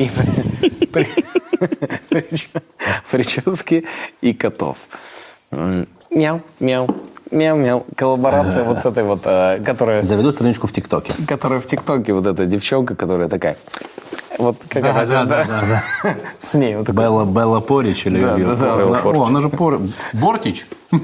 Прически и котов. Мяу, мяу, мяу, мяу. Коллаборация вот с этой вот, которая... Заведу страничку в ТикТоке. Которая в ТикТоке, вот эта девчонка, которая такая... Вот как да, она... Да, да, да, да. С ней вот такой... Белла, Белла Порич или... Да, да, да. Белла О, она же Пор... Бортич?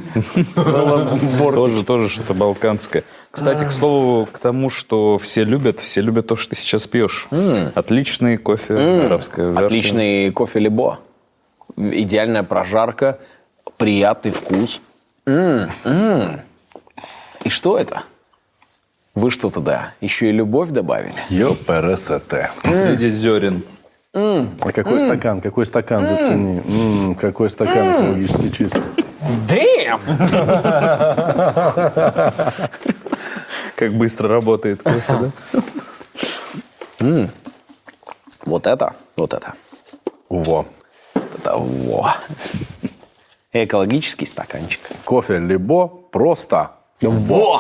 Тоже, тоже что-то балканское. Кстати, к слову, к тому, что все любят, все любят то, что ты сейчас пьешь. Mm. Отличный кофе, mm. арабская жарка. Отличный кофе Либо. Идеальная прожарка, приятный вкус. Mm. Mm. И что это? Вы что туда? Еще и любовь добавили? Ё-пересет. В виде зерен. Mm. А какой mm. стакан? Какой стакан, mm. зацени. Mm. Какой стакан mm. экологически чистый. Damn! Как быстро работает кофе, да? Mm. Вот это, вот это. Во. Это во. Экологический стаканчик. Кофе Либо просто во.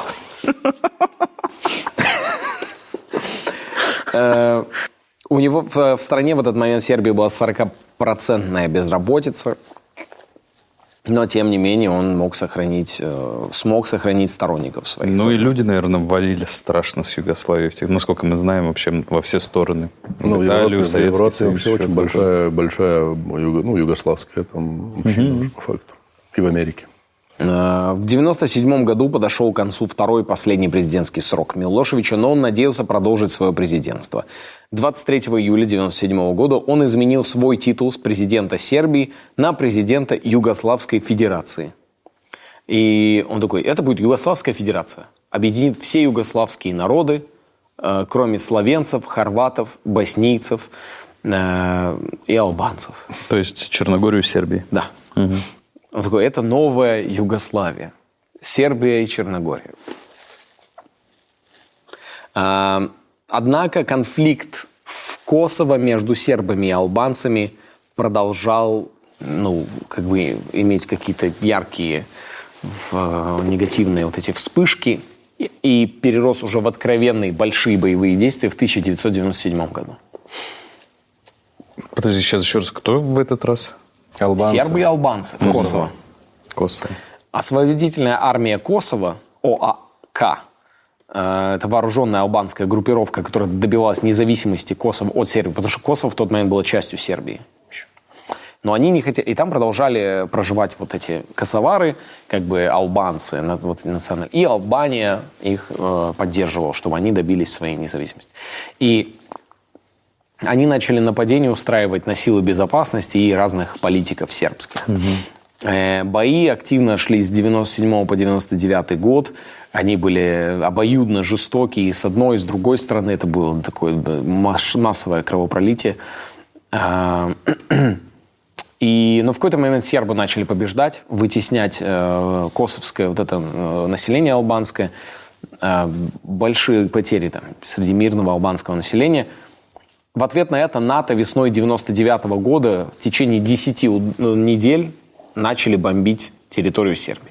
У него в стране в этот момент в Сербии была сорокапроцентная безработица. Но, тем не менее, он мог сохранить, э, смог сохранить сторонников своих. Ну и люди, наверное, валили страшно с Югославии. Насколько мы знаем, вообще во все стороны. Ну, в Италию, Европе, Советский Европе Союз. вообще очень большая, большая юго, ну, югославская там община уже по факту. И в Америке. В девяносто седьмом году подошел к концу второй и последний президентский срок Милошевича, но он надеялся продолжить свое президентство. двадцать третьего июля девяносто седьмого года он изменил свой титул с президента Сербии на президента Югославской Федерации. И он такой, это будет Югославская Федерация. Объединит все югославские народы, кроме словенцев, хорватов, боснийцев и албанцев. То есть Черногорию и Сербию. Да. Угу. Он такой, это новая Югославия. Сербия и Черногория. А, однако конфликт в Косово между сербами и албанцами продолжал, ну, как бы иметь какие-то яркие в, негативные вот эти вспышки и, и перерос уже в откровенные большие боевые действия в тысяча девятьсот девяносто седьмом году. Подожди, сейчас еще раз, кто в этот раз? Албанцы. Сербы и албанцы в Косово. Косово. Освободительная армия Косово, ОАК, э, это вооруженная албанская группировка, которая добивалась независимости Косово от Сербии, потому что Косово в тот момент было частью Сербии. Но они не хотели, и там продолжали проживать вот эти косовары, как бы албанцы, вот, национальные. И Албания их э, поддерживала, чтобы они добились своей независимости. И они начали нападения устраивать на силы безопасности и разных политиков сербских. Угу. Э, бои активно шли с девяносто седьмого по девяносто девятый год. Они были обоюдно жестокие. И с одной, и с другой стороны это было такое масс- массовое кровопролитие. Э, и, но в какой-то момент сербы начали побеждать, вытеснять э, косовское вот это э, население албанское. Э, большие потери там, среди мирного албанского населения. В ответ на это НАТО весной девяносто девятого года в течение десяти недель начали бомбить территорию Сербии.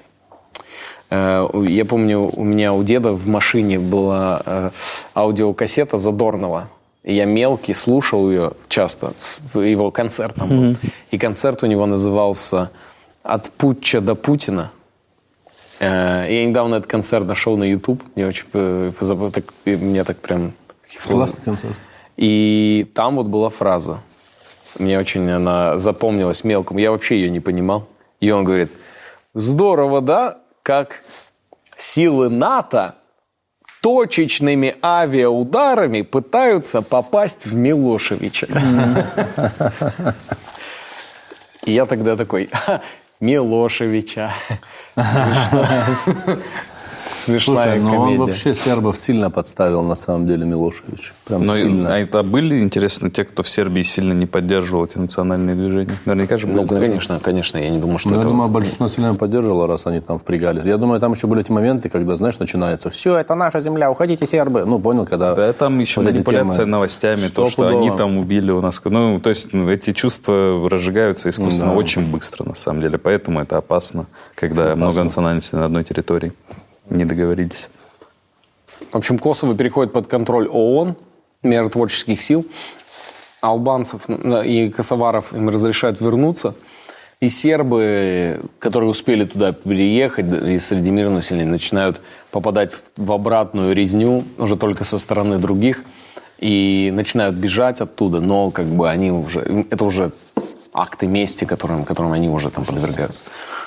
Я помню, у меня у деда в машине была аудиокассета Задорнова. И я мелкий слушал ее часто, его концерт там был. Mm-hmm. И концерт у него назывался «От Путча до Путина». Я недавно этот концерт нашел на YouTube. Мне очень так, мне так прям... Классный концерт. И там вот была фраза. Мне очень она запомнилась мелком. Я вообще ее не понимал. И он говорит, здорово, да, как силы НАТО точечными авиаударами пытаются попасть в Милошевича. И я тогда такой, Милошевича. Смешная Слушай, ну комедия. он вообще сербов сильно подставил, на самом деле, Милошевич. Прям Но сильно. А это были, интересно, те, кто в Сербии сильно не поддерживал эти национальные движения? Наверняка же были. Ну, конечно, конечно, я не думаю, что Ну, это... я думаю, большинство сильно поддерживало, раз они там впрягались. Я думаю, там еще были эти моменты, когда, знаешь, начинается «Все, это наша земля, уходите, сербы». Ну, понял, когда... Да, там еще вот эти манипуляция темы. новостями, то, что Стопудово. они там убили у нас. Ну, то есть ну, эти чувства разжигаются искусственно Да. очень быстро, на самом деле. Поэтому это опасно, когда Опасно. много национальностей на одной территории. Не договорились. В общем, Косово переходит под контроль ООН, миротворческих сил. Албанцев и косоваров им разрешают вернуться. И сербы, которые успели туда переехать, и среди мирного населения, начинают попадать в обратную резню уже только со стороны других. И начинают бежать оттуда, но как бы они уже... Это уже акты мести, которым, которым они уже там подвергаются.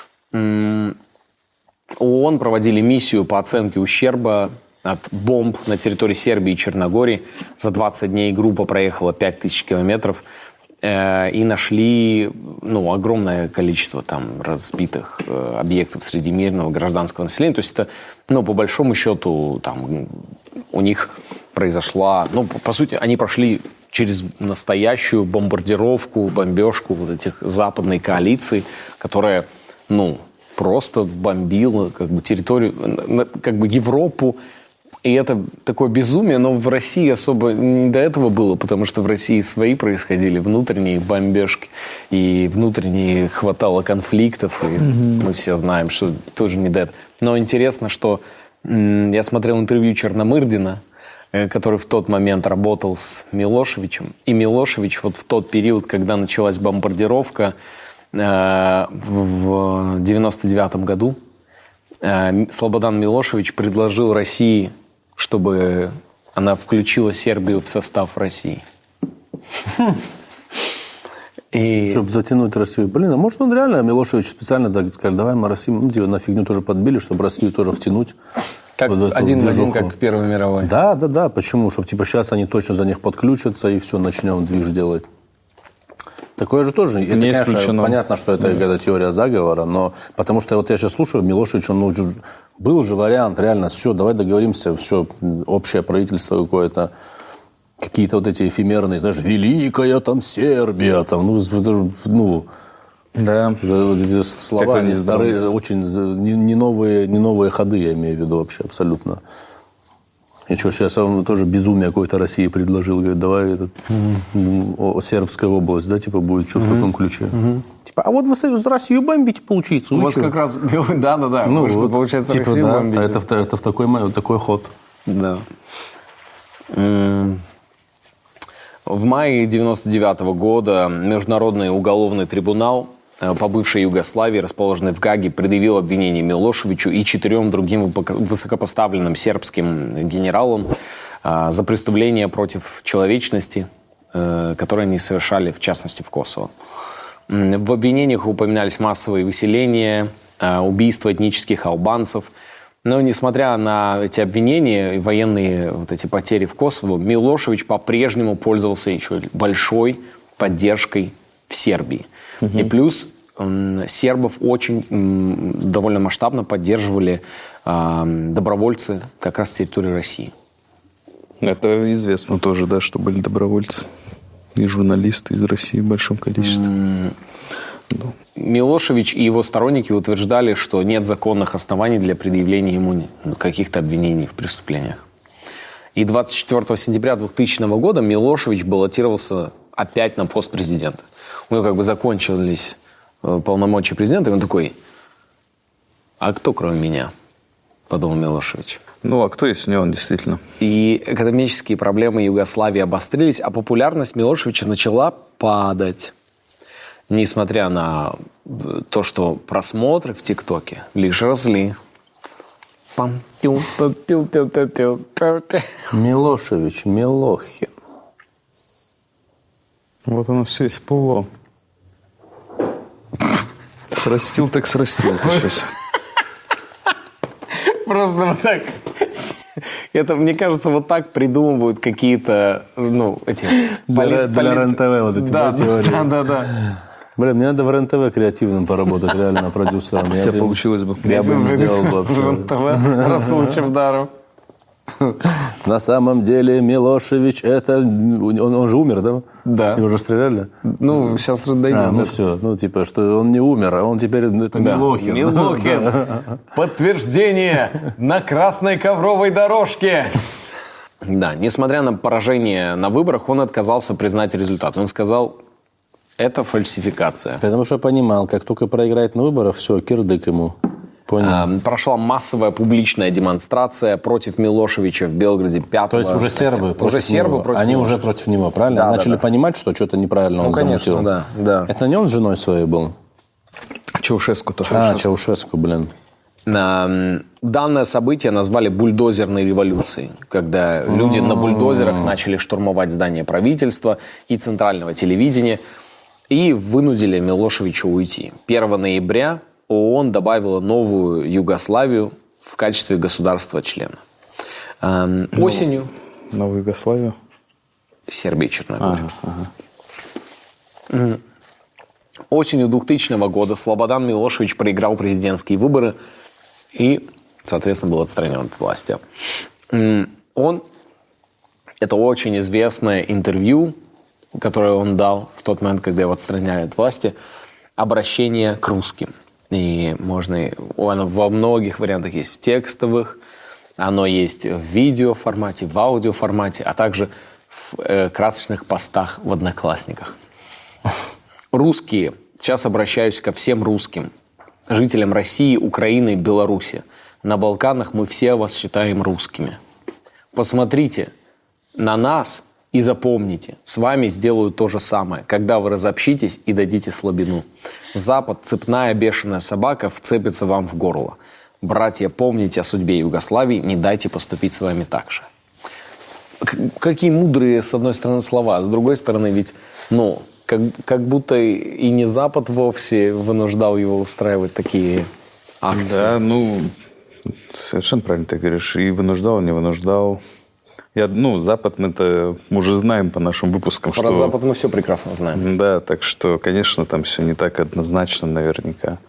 ООН проводили миссию по оценке ущерба от бомб на территории Сербии и Черногории. За двадцать дней группа проехала пять тысяч километров э, и нашли ну, огромное количество там, разбитых э, объектов среди мирного гражданского населения. То есть это, ну, по большому счету, там, у них произошла... Ну, по, по сути, они прошли через настоящую бомбардировку, бомбежку вот этих западной коалиции, которая, ну, просто бомбила как бы территорию, как бы Европу. И это такое безумие, но в России особо не до этого было, потому что в России свои происходили внутренние бомбежки, и внутренне хватало конфликтов, и mm-hmm. мы все знаем, что тоже не до этого. Но интересно, что м- я смотрел интервью Черномырдина, э, который в тот момент работал с Милошевичем, и Милошевич вот в тот период, когда началась бомбардировка э, в, в девяносто девятом году, э, Слободан Милошевич предложил России, чтобы она включила Сербию в состав России. И... Чтобы затянуть Россию. Блин, а может он реально, Милошевич специально так сказал, давай мы Россию, ну, типа, на фигню тоже подбили, чтобы Россию тоже втянуть. Как вот один в один, как в Первой мировой. Да, да, да. Почему? Чтобы типа сейчас они точно за них подключатся и все, начнем движ делать. Такое же тоже. Это, не конечно, исключено. понятно, что это какая-то теория заговора, но потому что вот я сейчас слушаю, Милошевич, он, ну, был же вариант, реально, все, давай договоримся, все, общее правительство какое-то, какие-то вот эти эфемерные, знаешь, великая там Сербия, там, ну, ну да. вот эти слова, они старые, очень, не, не, новые, не новые ходы, я имею в виду вообще абсолютно. И что, сейчас он тоже безумие какой-то России предложил. Говорит, давай этот, mm-hmm. Сербская область, да, типа, будет, что mm-hmm. в таком ключе. Mm-hmm. Типа, а вот вы с Россию бомбите, получится. У вас как раз... Да-да-да, ну, что вот, получается типа, Россию да, бомбить. Это, это в такой, такой ход. Да. В мае девяносто девятого года Международный уголовный трибунал по бывшей Югославии, расположенный в Гааге, предъявил обвинение Милошевичу и четырем другим высокопоставленным сербским генералам за преступления против человечности, которые они совершали, в частности, в Косово. В обвинениях упоминались массовые выселения, убийства этнических албанцев. Но, несмотря на эти обвинения и военные вот эти потери в Косово, Милошевич по-прежнему пользовался еще большой поддержкой в Сербии. Угу. И плюс э, сербов очень э, довольно масштабно поддерживали э, добровольцы как раз с территории России. Это известно тоже, да, что были добровольцы и журналисты из России в большом количестве. Mm. Да. Милошевич и его сторонники утверждали, что нет законных оснований для предъявления ему каких-то обвинений в преступлениях. И двадцать четвёртого сентября двухтысячного года Милошевич баллотировался опять на пост президента. У него как бы закончились полномочия президента, и он такой, а кто кроме меня? Подумал Милошевич. Ну, а кто, если не он, действительно? И экономические проблемы Югославии обострились, а популярность Милошевича начала падать. Несмотря на то, что просмотры в ТикТоке лишь росли. Милошевич, Милохин. Вот оно все и всплыло. Срастил так срастил ты сейчас. Просто вот так. Это, мне кажется, вот так придумывают какие-то, ну, эти... Для, поли... для РЕН-ТВ вот эти да, теории. Да, да, да. Блин, мне надо в РЕН-ТВ креативным поработать, реально, продюсером. У тебя получилось бы. Я бы им сделал вообще. РЕН-ТВ, Расул Чавдаров. На самом деле Милошевич это... Он, он же умер, да? Да. Его же стреляли? Ну, сейчас дойдем. А, ну все, ну типа, что он не умер, а он теперь, ну, это Да. Милохин. Милохин. Подтверждение на красной ковровой дорожке. Да, несмотря на поражение на выборах, он отказался признать результат. Он сказал, это фальсификация. Потому что понимал, как только проиграет на выборах, все, кирдык ему. Понял. А, прошла массовая публичная демонстрация против Милошевича в Белграде пятого. То есть уже сербы против Уже сербы него. против Они Милошевича. уже против него, правильно? Да, Начали да, да. понимать, что что-то неправильно Ну, он конечно, замутил. да, да. Это не он с женой своей был? Чаушеску тоже. А, Чаушеску, блин. На- Данное событие назвали бульдозерной революцией, когда люди на бульдозерах начали штурмовать здание правительства и центрального телевидения и вынудили Милошевича уйти. первого ноября ООН добавила новую Югославию в качестве государства-члена. Эм, Осенью Новую Югославию? Сербия и Черногория. М. Осенью двухтысячного года Слободан Милошевич проиграл президентские выборы и, соответственно, был отстранен от власти. М. Он, это очень известное интервью, которое он дал в тот момент, когда его отстраняли от власти, обращение к русским. И можно, оно во многих вариантах есть в текстовых, оно есть в видео формате, в аудио формате, а также в э, красочных постах в Одноклассниках. Русские, сейчас обращаюсь ко всем русским, жителям России, Украины, Беларуси. На Балканах мы все вас считаем русскими. Посмотрите на нас и запомните, с вами сделают то же самое, когда вы разобщитесь и дадите слабину. Запад, цепная бешеная собака, вцепится вам в горло. Братья, помните о судьбе Югославии, не дайте поступить с вами так же. К- какие мудрые, с одной стороны, слова, с другой стороны, ведь, ну, как, как будто и не Запад вовсе вынуждал его устраивать такие акции. Да, ну, совершенно правильно ты говоришь. И вынуждал, не вынуждал. Я, ну, Запад мы-то мы уже знаем по нашим выпускам, Про что... Запад мы все прекрасно знаем. Да, так что, конечно, там все не так однозначно наверняка.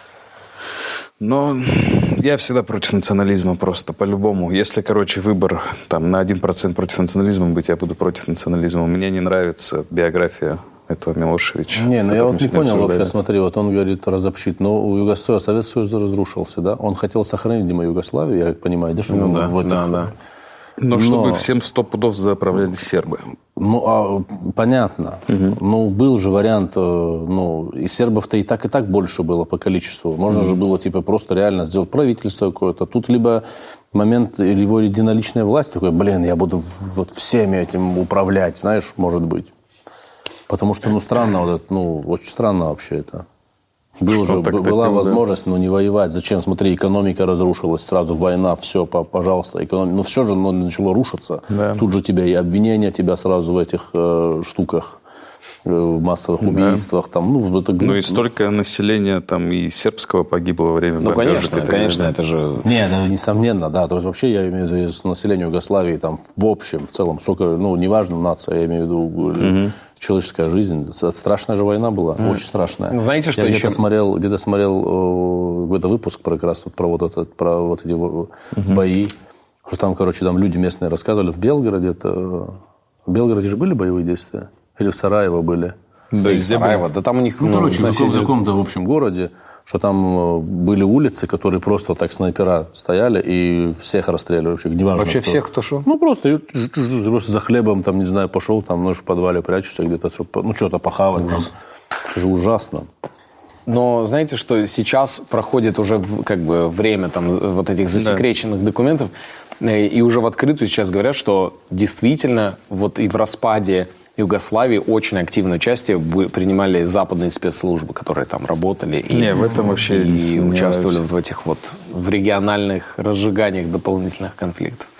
Но я всегда против национализма просто, по-любому. Если, короче, выбор там на один процент против национализма быть, я буду против национализма. Мне не нравится биография этого Милошевича. Не, ну я вот не понял обсуждали. вообще, смотри, вот он говорит разобщить, но у Югославии, Советский Союз разрушился, да? Он хотел сохранить, видимо, Югославию, я как понимаю, да? Чтобы Ну да, в этих- да, да. Но чтобы Но- всем сто пудов заправляли сербы. Ну, а, понятно. Ну, был же вариант, э, ну, и сербов-то и так, и так больше было по количеству. Можно же было, типа, просто реально сделать правительство какое-то. Тут либо момент его единоличная власть, такой, блин, я буду в- вот всеми этим управлять, знаешь, может быть. Потому что, ну, странно вот это, ну, очень странно вообще это. Был же, так б- так была был, да. возможность, но не воевать. Зачем? Смотри, экономика разрушилась сразу, война, все, по- пожалуйста, экономика. Ну, все же ну, начало рушиться. Да. Тут же тебя и обвинения, тебя сразу в этих э, штуках, э, массовых убийствах. Там, ну, это, Ну и столько населения там и сербского погибло во время Ну, бомбежек конечно, и так далее. конечно, это же... Не, да, несомненно, да. То есть вообще я имею в виду с населения Югославии там в общем, в целом, сколько, ну, неважно, нация, я имею в виду человеческая жизнь. Это страшная же война была, очень страшная. Ну, знаете, что я еще? где-то смотрел, где-то смотрел э, какой-то выпуск про, как раз вот про вот этот, про вот эти во- бои. Что там, короче, там люди местные рассказывали в Белгороде. Это... В Белгороде же были боевые действия? Или в Сараево были? Да, и Сараево, да там у них... Ну, короче, в на каком- в севере- каком-то, в общем, городе, что там э, были улицы, которые просто так снайпера стояли и всех расстреливали. Вообще, неважно, Вообще кто. всех, кто шел? Ну, просто, и ты просто за хлебом, там, не знаю, пошел, там, нож в подвале прячешься где-то, чтобы, ну, что-то похавать. Там. Это же ужасно. Но знаете, что сейчас проходит уже в- как бы время там вот этих засекреченных документов, э, и уже в открытую сейчас говорят, что действительно вот и в распаде Югославии очень активное участие бу- принимали западные спецслужбы, которые там работали и, Не, в этом вообще не и сомневаюсь. участвовали вот в этих вот в региональных разжиганиях дополнительных конфликтов.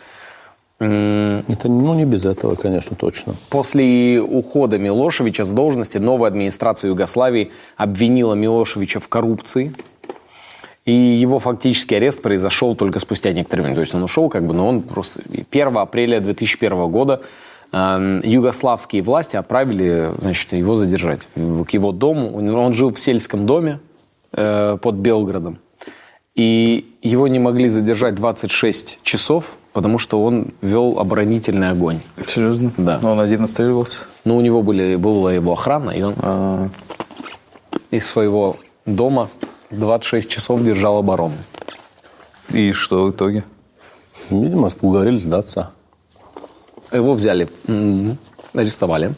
М, Это, ну, не без этого, конечно, точно. После ухода Милошевича с должности новая администрация Югославии обвинила Милошевича в коррупции. И его фактический арест произошел только спустя некоторое время. То есть он ушел, как бы, но он просто... первого апреля две тысячи первого года Югославские власти отправили, значит, его задержать к его дому. Он жил в сельском доме э, под Белградом. И его не могли задержать двадцать шесть часов, потому что он вел оборонительный огонь. Серьезно? Да. Но он один отстреливался? Но у него были, была его охрана, и он А-а-а. из своего дома двадцать шесть часов держал оборону. И что в итоге? Видимо, уговорили сдаться. Его взяли, м-м, арестовали.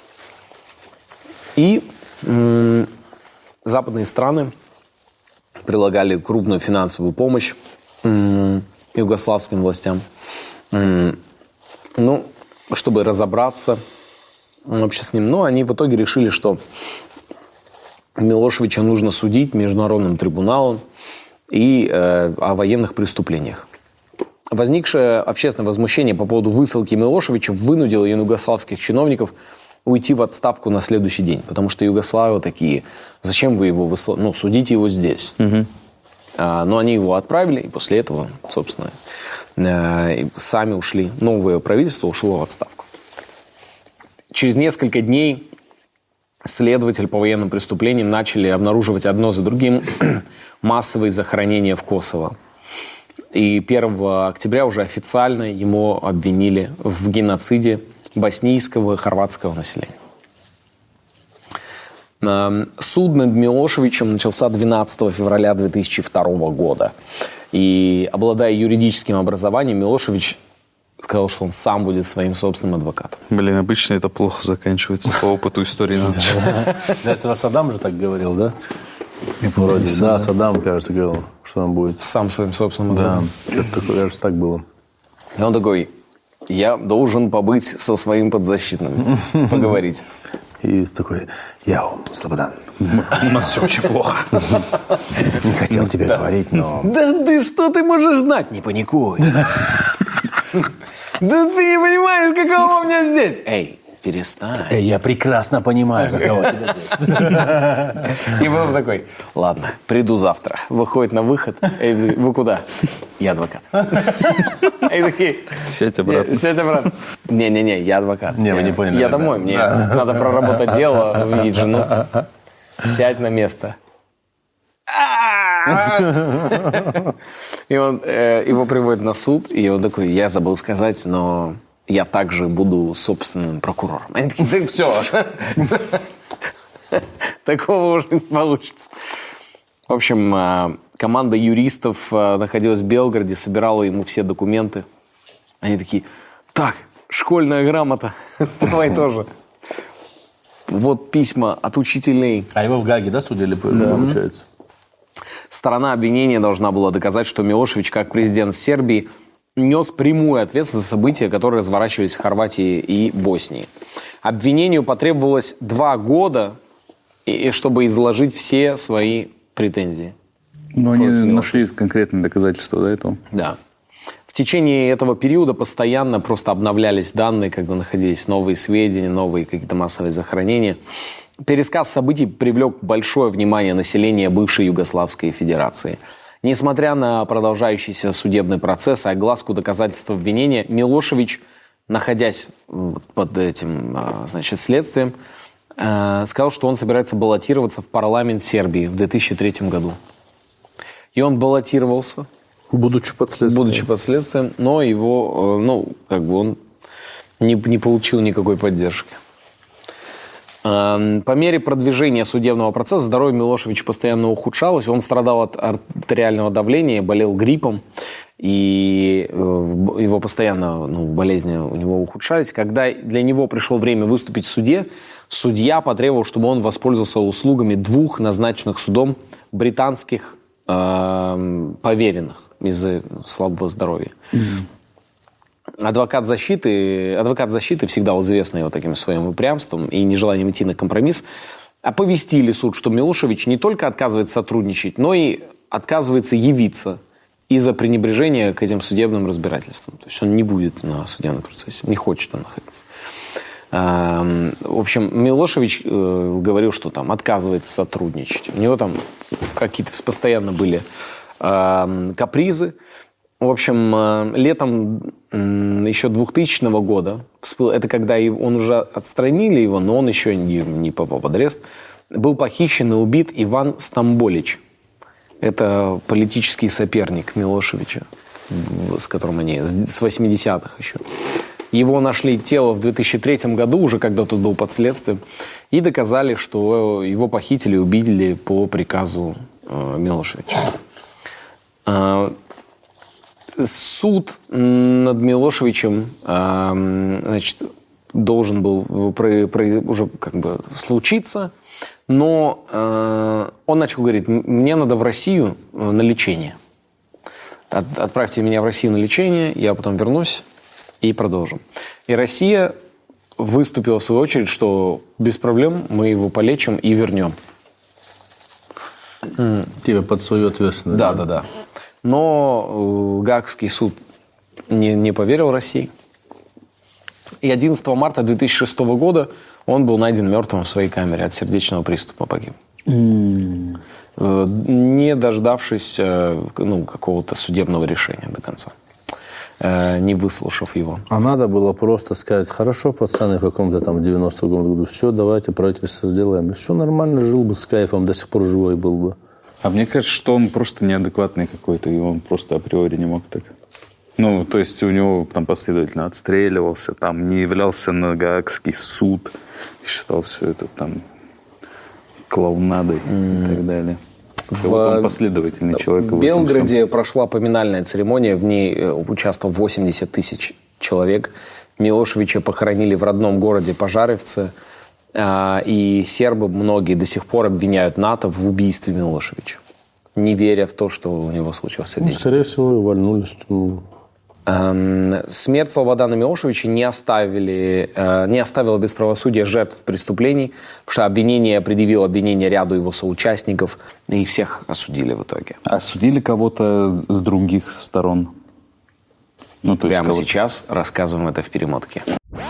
И м-м, западные страны прилагали крупную финансовую помощь м-м, югославским властям. М-м, ну, чтобы разобраться вообще с ним. Но они в итоге решили, что Милошевича нужно судить международным трибуналом и э, о военных преступлениях. Возникшее общественное возмущение по поводу высылки Милошевича вынудило югославских чиновников уйти в отставку на следующий день. Потому что югославы такие: зачем вы его высылаете? Ну, судите его здесь. Угу. А, но они его отправили, и после этого, собственно, э, сами ушли. Новое правительство ушло в отставку. Через несколько дней следователи по военным преступлениям начали обнаруживать одно за другим массовые захоронения в Косово. И первого октября уже официально ему обвинили в геноциде боснийского и хорватского населения. Суд над Милошевичем начался двенадцатого февраля две тысячи второго года. И, обладая юридическим образованием, Милошевич сказал, что он сам будет своим собственным адвокатом. Блин, обычно это плохо заканчивается по опыту истории. До этого Саддам же так говорил, да? Вроде, да, Саддам, кажется, говорил, что он будет. Сам своим собственным адвокатом. Да, кажется, так было. И он такой: я должен побыть со своим подзащитным, поговорить. И такой: я, Слободан, У нас все очень плохо. не хотел тебе говорить, но... Да ты что ты можешь знать? Не паникуй. Да ты не понимаешь, каково у меня здесь. Эй, перестань. Эй, я прекрасно понимаю, каково тебе здесь. И был такой: ладно, приду завтра. Выходит на выход. Эй, вы куда? Я адвокат. Эй, такие: Сядь обратно. сядь обратно. Не-не-не, я адвокат. Не, вы не поняли. Я да. домой, мне надо проработать дело, увидеть жену. Сядь на место. И он, э, его приводят на суд, и он такой: я забыл сказать, но я также буду собственным прокурором. Они такие: да все. Такого уже не получится. В общем, э, команда юристов э, находилась в Белграде, собирала ему все документы. Они такие: так, школьная грамота, давай тоже. Вот письма от учителей. А его в Гаге, да, судили, получается? Сторона обвинения должна была доказать, что Милошевич, как президент Сербии, нес прямую ответственность за события, которые разворачивались в Хорватии и Боснии. Обвинению потребовалось два года, чтобы изложить все свои претензии. Но они нашли конкретные доказательства до этого. Да. В течение этого периода постоянно просто обновлялись данные, когда находились новые сведения, новые какие-то массовые захоронения. Пересказ событий привлек большое внимание населения бывшей Югославской Федерации. Несмотря на продолжающийся судебный процесс и огласку доказательств обвинения, Милошевич, находясь под этим, значит, следствием, сказал, что он собирается баллотироваться в парламент Сербии в две тысячи третьем году. И он баллотировался. Будучи под следствием. Будучи под следствием, но его, ну, как бы он не, не получил никакой поддержки. По мере продвижения судебного процесса здоровье Милошевича постоянно ухудшалось. Он страдал от артериального давления, болел гриппом, и его постоянно, ну, болезни у него ухудшались. Когда для него пришло время выступить в суде, судья потребовал, чтобы он воспользовался услугами двух назначенных судом британских э, поверенных из-за слабого здоровья. Mm-hmm. Адвокат защиты, адвокат защиты, всегда известный вот таким своим упрямством и нежеланием идти на компромисс, оповестили суд, что Милошевич не только отказывается сотрудничать, но и отказывается явиться из-за пренебрежения к этим судебным разбирательствам. То есть он не будет на судебном процессе, не хочет он находиться. В общем, Милошевич говорил, что там отказывается сотрудничать. У него там какие-то постоянно были капризы. В общем, летом еще двухтысячного года, это когда он уже отстранили его, но он еще не, не попал под арест, был похищен и убит Иван Стамболич. Это политический соперник Милошевича, с которым они, с восьмидесятых еще. Его нашли тело в две тысячи третьем году, уже когда тот был под следствием, и доказали, что его похитили и убили по приказу э, Милошевича. Э, суд над Милошевичем э, значит, должен был про, про, уже как бы случиться, но э, он начал говорить: мне надо в Россию на лечение. От, отправьте меня в Россию на лечение, я потом вернусь и продолжим. И Россия выступила в свою очередь, что без проблем мы его полечим и вернем. Тебя под свою ответственность. Да, да, да. Но э, Гаагский суд не, не поверил России. И одиннадцатого марта две тысячи шестого года он был найден мертвым в своей камере, от сердечного приступа погиб. Mm. Э, не дождавшись э, ну, какого-то судебного решения до конца. Не выслушав его. А надо было просто сказать: хорошо, пацаны, в каком-то там девяностом году, все, давайте правительство сделаем. Все нормально, жил бы с кайфом, до сих пор живой был бы. А мне кажется, что он просто неадекватный какой-то, и он просто априори не мог так. Ну, то есть у него там последовательно отстреливался, там не являлся на Гаагский суд, считал все это там клоунадой mm. и так далее. В вот он последовательный человек. В Белграде прошла поминальная церемония, в ней участвовало восемьдесят тысяч человек. Милошевича похоронили в родном городе Пожаревце, и сербы многие до сих пор обвиняют НАТО в убийстве Милошевича, не веря в то, что у него случился сердечный. Ну, скорее всего, его вальнули, что... Смерть Слободана Милошевича не, оставили, не оставила без правосудия жертв преступлений, потому что обвинение предъявило обвинение ряду его соучастников, и их всех осудили в итоге. Осудили кого-то с других сторон? Ну, то Прямо есть сейчас рассказываем это в перемотке.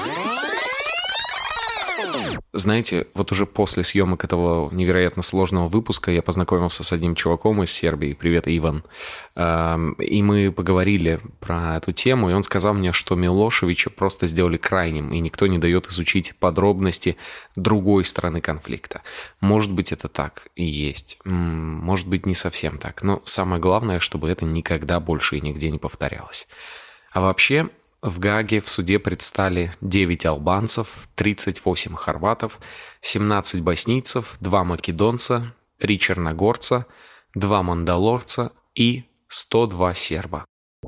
Знаете, вот уже после съемок этого невероятно сложного выпуска я познакомился с одним чуваком из Сербии. Привет, Иван. И мы поговорили про эту тему, и он сказал мне, что Милошевича просто сделали крайним, и никто не дает изучить подробности другой стороны конфликта. Может быть, это так и есть. Может быть, не совсем так. Но самое главное, чтобы это никогда больше и нигде не повторялось. А вообще... В Гааге в суде предстали девять албанцев, тридцать восемь хорватов, семнадцать боснийцев, два македонца, три черногорца, два мандалорца и сто два серба.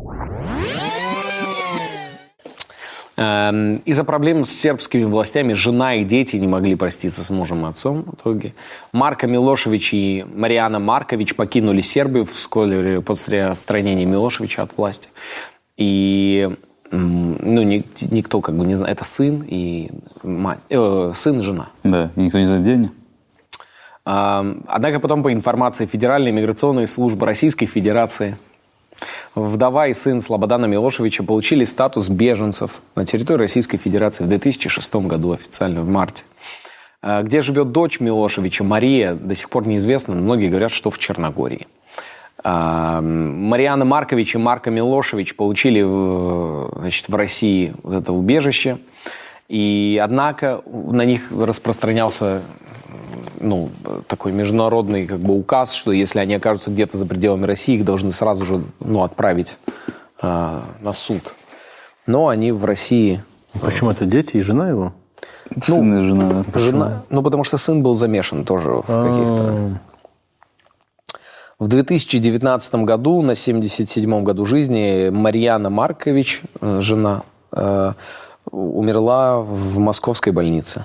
Из-за проблем с сербскими властями жена и дети не могли проститься с мужем и отцом в итоге. Марко Милошевич и Мариана Маркович покинули Сербию вскоре после отстранения Милошевича от власти. И... Ну, никто как бы не знает. Это сын и мать. Э, сын и жена. Да, и никто не знает, где они. Однако потом, по информации Федеральной миграционной службы Российской Федерации, вдова и сын Слободана Милошевича получили статус беженцев на территории Российской Федерации в две тысячи шестом году, официально в марте. Где живет дочь Милошевича, Мария, до сих пор неизвестно. Многие говорят, что в Черногории. Мариана Маркович и Марко Милошевич получили, значит, в России вот это убежище. И, однако, на них распространялся, ну, такой международный как бы указ, что если они окажутся где-то за пределами России, их должны сразу же, ну, отправить э, на суд. Но они в России... Почему это дети и жена его? Сын и жена. Жена, ну, потому что сын был замешан тоже в каких-то... В две тысячи девятнадцатом году, на семьдесят седьмом году жизни, Марьяна Маркович, жена, э, умерла в московской больнице.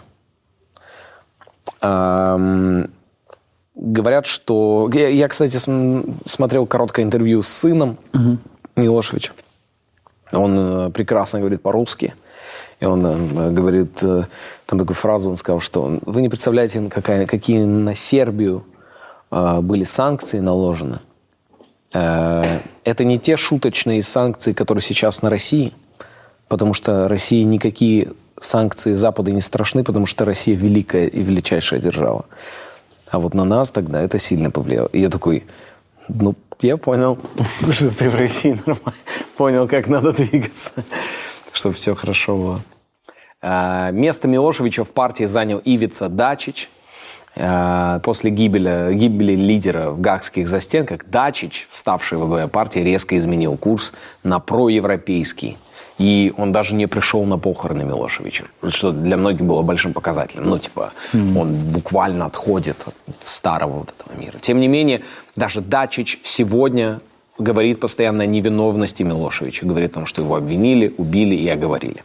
Э, говорят, что... Я, я кстати, смотрел короткое интервью с сыном угу. Милошевича. Он прекрасно говорит по-русски. И он э, говорит... Э, там такую фразу он сказал, что вы не представляете, какая, какие на Сербию были санкции наложены. Это не те шуточные санкции, которые сейчас на России, потому что России никакие санкции Запада не страшны, потому что Россия великая и величайшая держава. А вот на нас тогда это сильно повлияло. И я такой, ну, Я понял, что ты в России нормально понял, как надо двигаться, чтобы все хорошо было. А, место Милошевича в партии занял Ивица Дачич. А, после гибели, гибели лидера в гаагских застенках Дачич, вставший во главе партии, резко изменил курс на проевропейский. И он даже не пришел на похороны Милошевича, что для многих было большим показателем. Ну, типа, mm-hmm. он буквально отходит от старого вот этого мира. Тем не менее, даже Дачич сегодня говорит постоянно о невиновности Милошевича. Говорит о том, что его обвинили, убили и оговорили.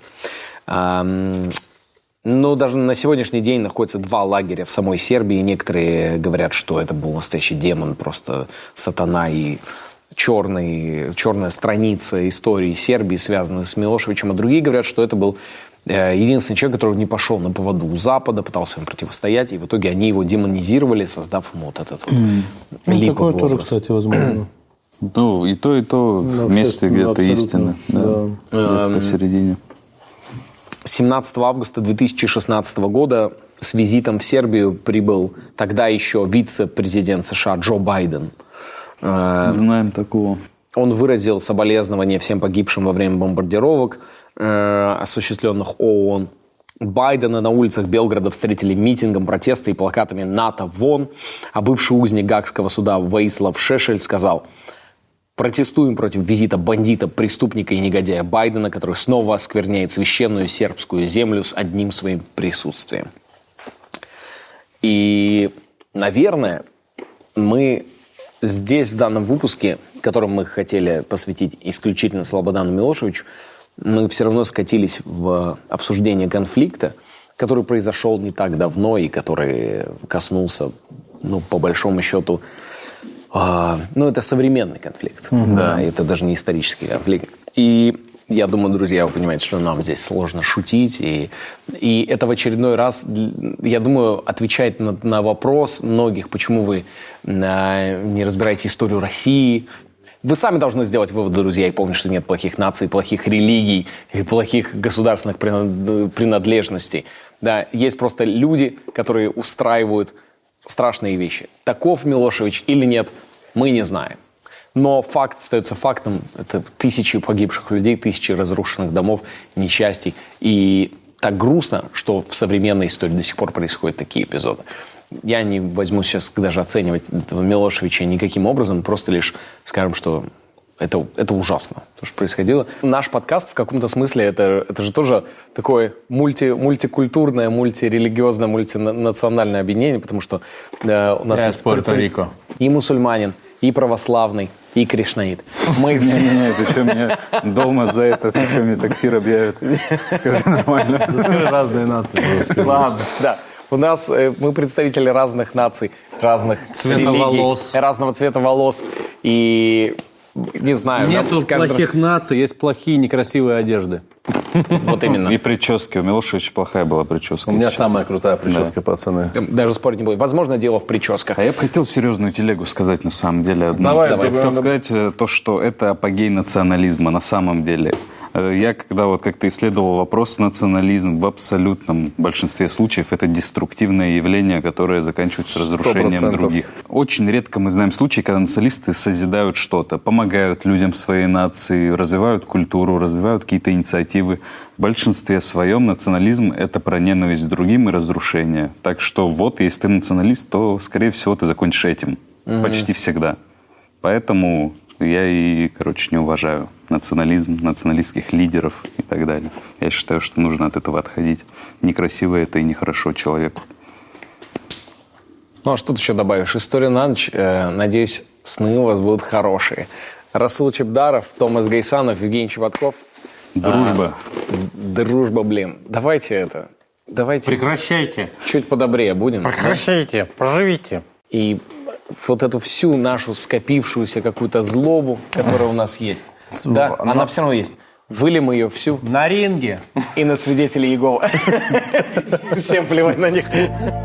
Но даже на сегодняшний день находятся два лагеря в самой Сербии. Некоторые говорят, что это был настоящий демон, просто сатана и... Черный, черная страница истории Сербии, связанная с Милошевичем, а другие говорят, что это был э, единственный человек, который не пошел на поводу у Запада, пытался им противостоять, и в итоге они его демонизировали, создав ему вот этот вот mm. липовый ну, такое образ. тоже, кстати, возможно. Ну, и то, и то да, вместе где-то истины. Да, да. где-то посередине. семнадцатого августа две тысячи шестнадцатого года с визитом в Сербию прибыл тогда еще вице-президент США Джо Байден. Знаем такого. Он выразил соболезнования всем погибшим во время бомбардировок, э, осуществленных ООН. Байдена на улицах Белграда встретили митингом, протеста и плакатами «НАТО вон!», а бывший узник гаагского суда Вейслав Шешель сказал: «Протестуем против визита бандита, преступника и негодяя Байдена, который снова оскверняет священную сербскую землю с одним своим присутствием». И, наверное, мы... Здесь, в данном выпуске, которым мы хотели посвятить исключительно Слободану Милошевичу, мы все равно скатились в обсуждение конфликта, который произошел не так давно и который коснулся, ну, по большому счету, э, ну, это современный конфликт, mm-hmm. да, это даже не исторический конфликт. И я думаю, друзья, вы понимаете, что нам здесь сложно шутить. И, и это в очередной раз, я думаю, отвечает на, на вопрос многих, почему вы а, не разбираете историю России. Вы сами должны сделать выводы, друзья, и помнить, что нет плохих наций, плохих религий, и плохих государственных принадлежностей. Да, есть просто люди, которые устраивают страшные вещи. Таков Милошевич или нет, мы не знаем. Но факт остается фактом. Это тысячи погибших людей, тысячи разрушенных домов, несчастий. И так грустно, что в современной истории до сих пор происходят такие эпизоды. Я не возьму сейчас даже оценивать этого Милошевича никаким образом, просто лишь скажем, что это, это ужасно, то, что происходило. Наш подкаст в каком-то смысле это, это же тоже такое мульти, мультикультурное, мультирелигиозное, мультинациональное объединение, потому что э, у нас Я есть Пуэрто-Рико. И мусульманин, и православный, и кришнаит. Мы все... Не-не-не, ты что, меня дома за это, ты что, мне такфир объявят? Скажи нормально. Скажи разные нации. Ладно, да. У нас э, мы представители разных наций, разных цвета религий, волос. разного цвета волос. И не знаю. Нету скажем, плохих наций, есть плохие некрасивые одежды. Вот именно. И прически. У Милошевича плохая была прическа. У меня самая крутая прическа, да. Пацаны. Даже спорить не будет. Возможно, дело в прическах. А я бы хотел серьезную телегу сказать на самом деле. Одну. Давай, я бы хотел давай. сказать то, что это апогей национализма на самом деле. Я когда вот как-то исследовал вопрос, национализм в абсолютном большинстве случаев это деструктивное явление, которое заканчивается разрушением сто процентов. других. Очень редко мы знаем случаи, когда националисты созидают что-то, помогают людям своей нации, развивают культуру, развивают какие-то инициативы. В большинстве своем национализм — это про ненависть к другим и разрушение. Так что вот, если ты националист, то, скорее всего, ты закончишь этим. Mm-hmm. Почти всегда. Поэтому я и, короче, не уважаю национализм, националистских лидеров и так далее. Я считаю, что нужно от этого отходить. Некрасиво это и нехорошо человеку. Ну, а что ты еще добавишь? История на ночь. Э, надеюсь, сны у вас будут хорошие. Расул Чебдаров, Томас Гайсанов, Евгений Чеботков. Дружба. А, дружба, блин. Давайте это. Давайте. Прекращайте. Чуть подобрее будем. Прекращайте. Поживите. И вот эту всю нашу скопившуюся какую-то злобу, которая у нас есть. Да, Но... она все равно есть. Вылим ее всю. На ринге. И на свидетелей Иеговы. Всем плевать на них.